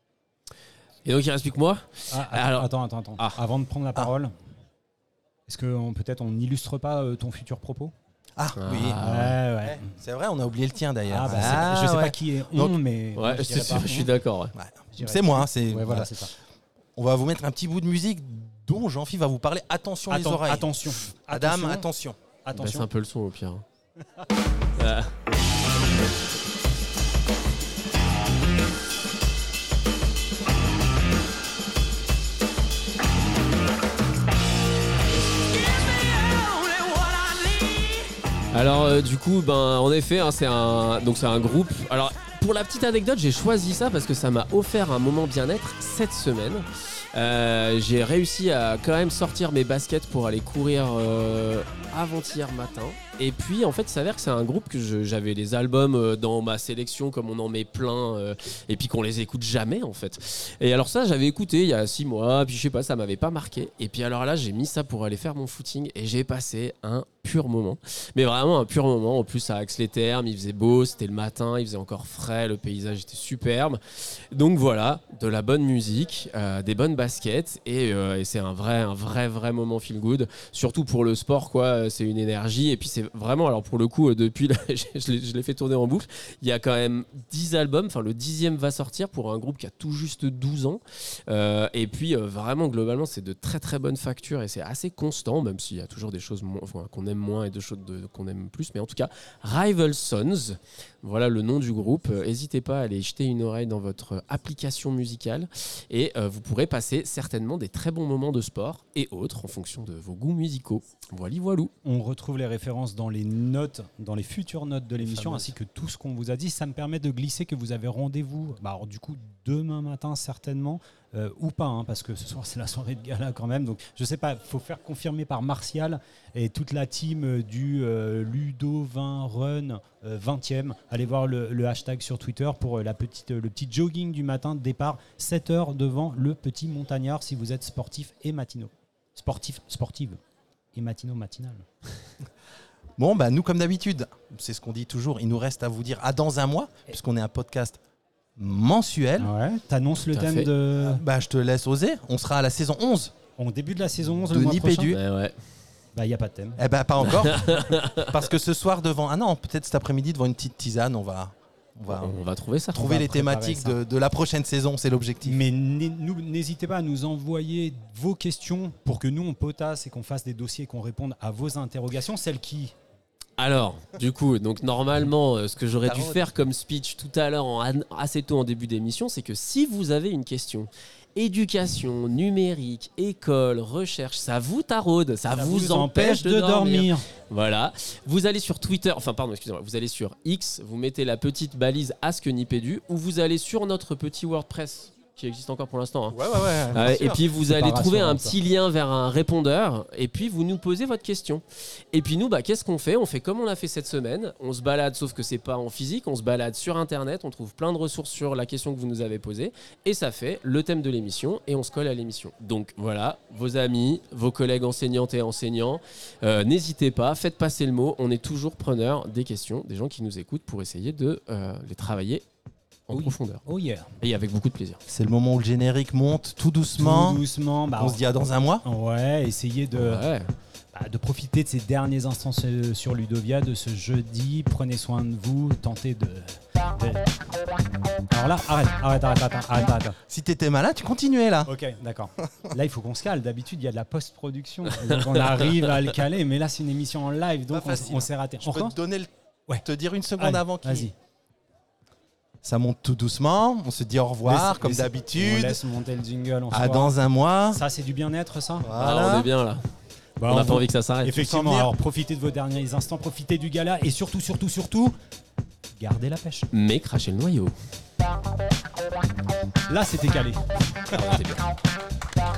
Et donc il reste plus que moi. Attends. Avant de prendre la parole, est-ce que peut-être on n'illustre pas ton futur propos? Ah oui. Ouais. C'est vrai, on a oublié le tien d'ailleurs. Je sais ouais. pas qui est on, Donc, mais Ouais, je dirais pas je suis on. d'accord. Ouais. Ouais. Je dirais- C'est moi. Hein, c'est, Ouais, voilà, c'est ça. On va vous mettre un petit bout de musique dont Jean-Phi va vous parler. Attention les oreilles. Attention. Adam, attention. Baisse Attention. un peu le son au pire. Alors du coup, en effet, hein, c'est un groupe. Alors pour la petite anecdote, j'ai choisi ça parce que ça m'a offert un moment bien-être cette semaine. J'ai réussi à quand même sortir mes baskets pour aller courir avant-hier matin. Et puis en fait il s'avère que c'est un groupe que j'avais les albums dans ma sélection comme on en met plein et puis qu'on les écoute jamais en fait. Et alors ça j'avais écouté il y a 6 mois, puis je sais pas, ça m'avait pas marqué. Et puis alors là j'ai mis ça pour aller faire mon footing et j'ai passé un pur moment. Mais vraiment un pur moment. En plus à Axe-les-Thermes, il faisait beau, c'était le matin, il faisait encore frais, le paysage était superbe. Donc voilà, de la bonne musique, des bonnes baskets et c'est un vrai moment feel good. Surtout pour le sport quoi, c'est une énergie et puis c'est vraiment, alors pour le coup, depuis, je l'ai fait tourner en boucle, il y a quand même 10 albums, enfin le 10e va sortir pour un groupe qui a tout juste 12 ans. Et puis vraiment, globalement, c'est de très bonnes factures et c'est assez constant, même s'il y a toujours des choses qu'on aime moins et des choses qu'on aime plus. Mais en tout cas, Rival Sons, voilà le nom du groupe. N'hésitez pas à aller jeter une oreille dans votre application musicale et vous pourrez passer certainement des très bons moments de sport et autres en fonction de vos goûts musicaux. Voilou. On retrouve les références dans les notes, dans les futures notes de l'émission, ainsi que tout ce qu'on vous a dit. Ça me permet de glisser que vous avez rendez-vous, alors du coup demain matin certainement, ou pas, hein, parce que ce soir c'est la soirée de gala quand même. Donc je sais pas, il faut faire confirmer par Martial et toute la team du Ludo 20 Run 20e. Allez voir le hashtag sur Twitter pour le petit jogging du matin de départ, 7h devant le Petit Montagnard si vous êtes sportif et matinaux. Sportive. Et matinal. Bon, nous, comme d'habitude, c'est ce qu'on dit toujours, il nous reste à vous dire à dans un mois, puisqu'on est un podcast mensuel. Ouais, t'annonces le Tout à thème fait. de... Je te laisse oser. On sera à la saison 11 Au début de la saison 11, de le mois prochain. Nipédu. Ouais. Il n'y a pas de thème. Pas encore. Parce que ce soir, peut-être cet après-midi, devant une petite tisane, on va trouver ça. trouver va les préparer thématiques ça. de la prochaine saison, c'est l'objectif. Mais n'hésitez pas à nous envoyer vos questions pour que nous, on potasse et qu'on fasse des dossiers et qu'on réponde à vos interrogations. Celles qui... Alors, du coup, donc normalement, ce que j'aurais dû Tarot. faire comme speech tout à l'heure, assez tôt en début d'émission, c'est que si vous avez une question, éducation, numérique, école, recherche, ça vous taraude, ça vous empêche de dormir. Voilà, vous allez sur Twitter, vous allez sur X, vous mettez la petite balise @nipédu ou vous allez sur notre petit WordPress qui existe encore pour l'instant. Hein. Ouais. Et puis vous C'est allez pas trouver un rassurant, ça. petit lien vers un répondeur et puis vous nous posez votre question. Et puis nous, qu'est-ce qu'on fait ? On fait comme on l'a fait cette semaine. On se balade, sauf que c'est pas en physique. On se balade sur Internet. On trouve plein de ressources sur la question que vous nous avez posée et ça fait le thème de l'émission et on se colle à l'émission. Donc voilà, vos amis, vos collègues enseignantes et enseignants, n'hésitez pas, faites passer le mot. On est toujours preneur des questions des gens qui nous écoutent pour essayer de les travailler en profondeur Oh yeah. et avec beaucoup de plaisir. C'est le moment où le générique monte tout doucement. Tout doucement. On se dit à dans un mois. Ouais, essayez Ouais. de profiter de ces derniers instants sur Ludovia, de ce jeudi. Prenez soin de vous, tentez de... Alors là, arrête. Si t'étais malade, tu continuais là. Ok, d'accord. Là, il faut qu'on se cale. D'habitude, il y a de la post-production. Donc, on arrive à le caler. Mais là, c'est une émission en live, donc Pas facile. on s'est raté. Je peux te donner te dire une seconde Allez, avant qu'il... Vas-y. Ça monte tout doucement, on se dit au revoir, comme On d'habitude. laisse monter le jingle. À dans un mois. Ça, c'est du bien-être, ça. Voilà. On est bien là. Bah, On n'a pas envie que ça s'arrête. Effectivement, venir. alors profitez de vos derniers instants, profitez du gala et surtout, gardez la pêche. Mais crachez le noyau. Là, c'était calé. On était bien.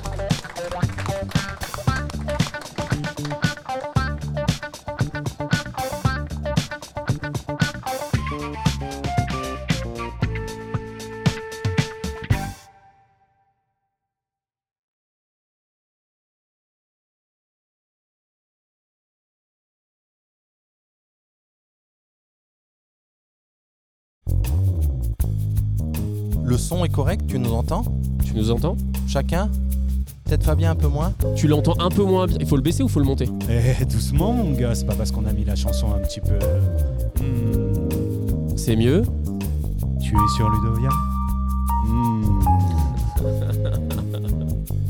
Le son est correct, tu nous entends? Tu nous entends ? Chacun? peut-être Fabien un peu moins. Tu l'entends un peu moins bien. Il faut le baisser ou faut le monter? Doucement, mon gars, c'est pas parce qu'on a mis la chanson un petit peu. C'est mieux. Tu es sur Ludovia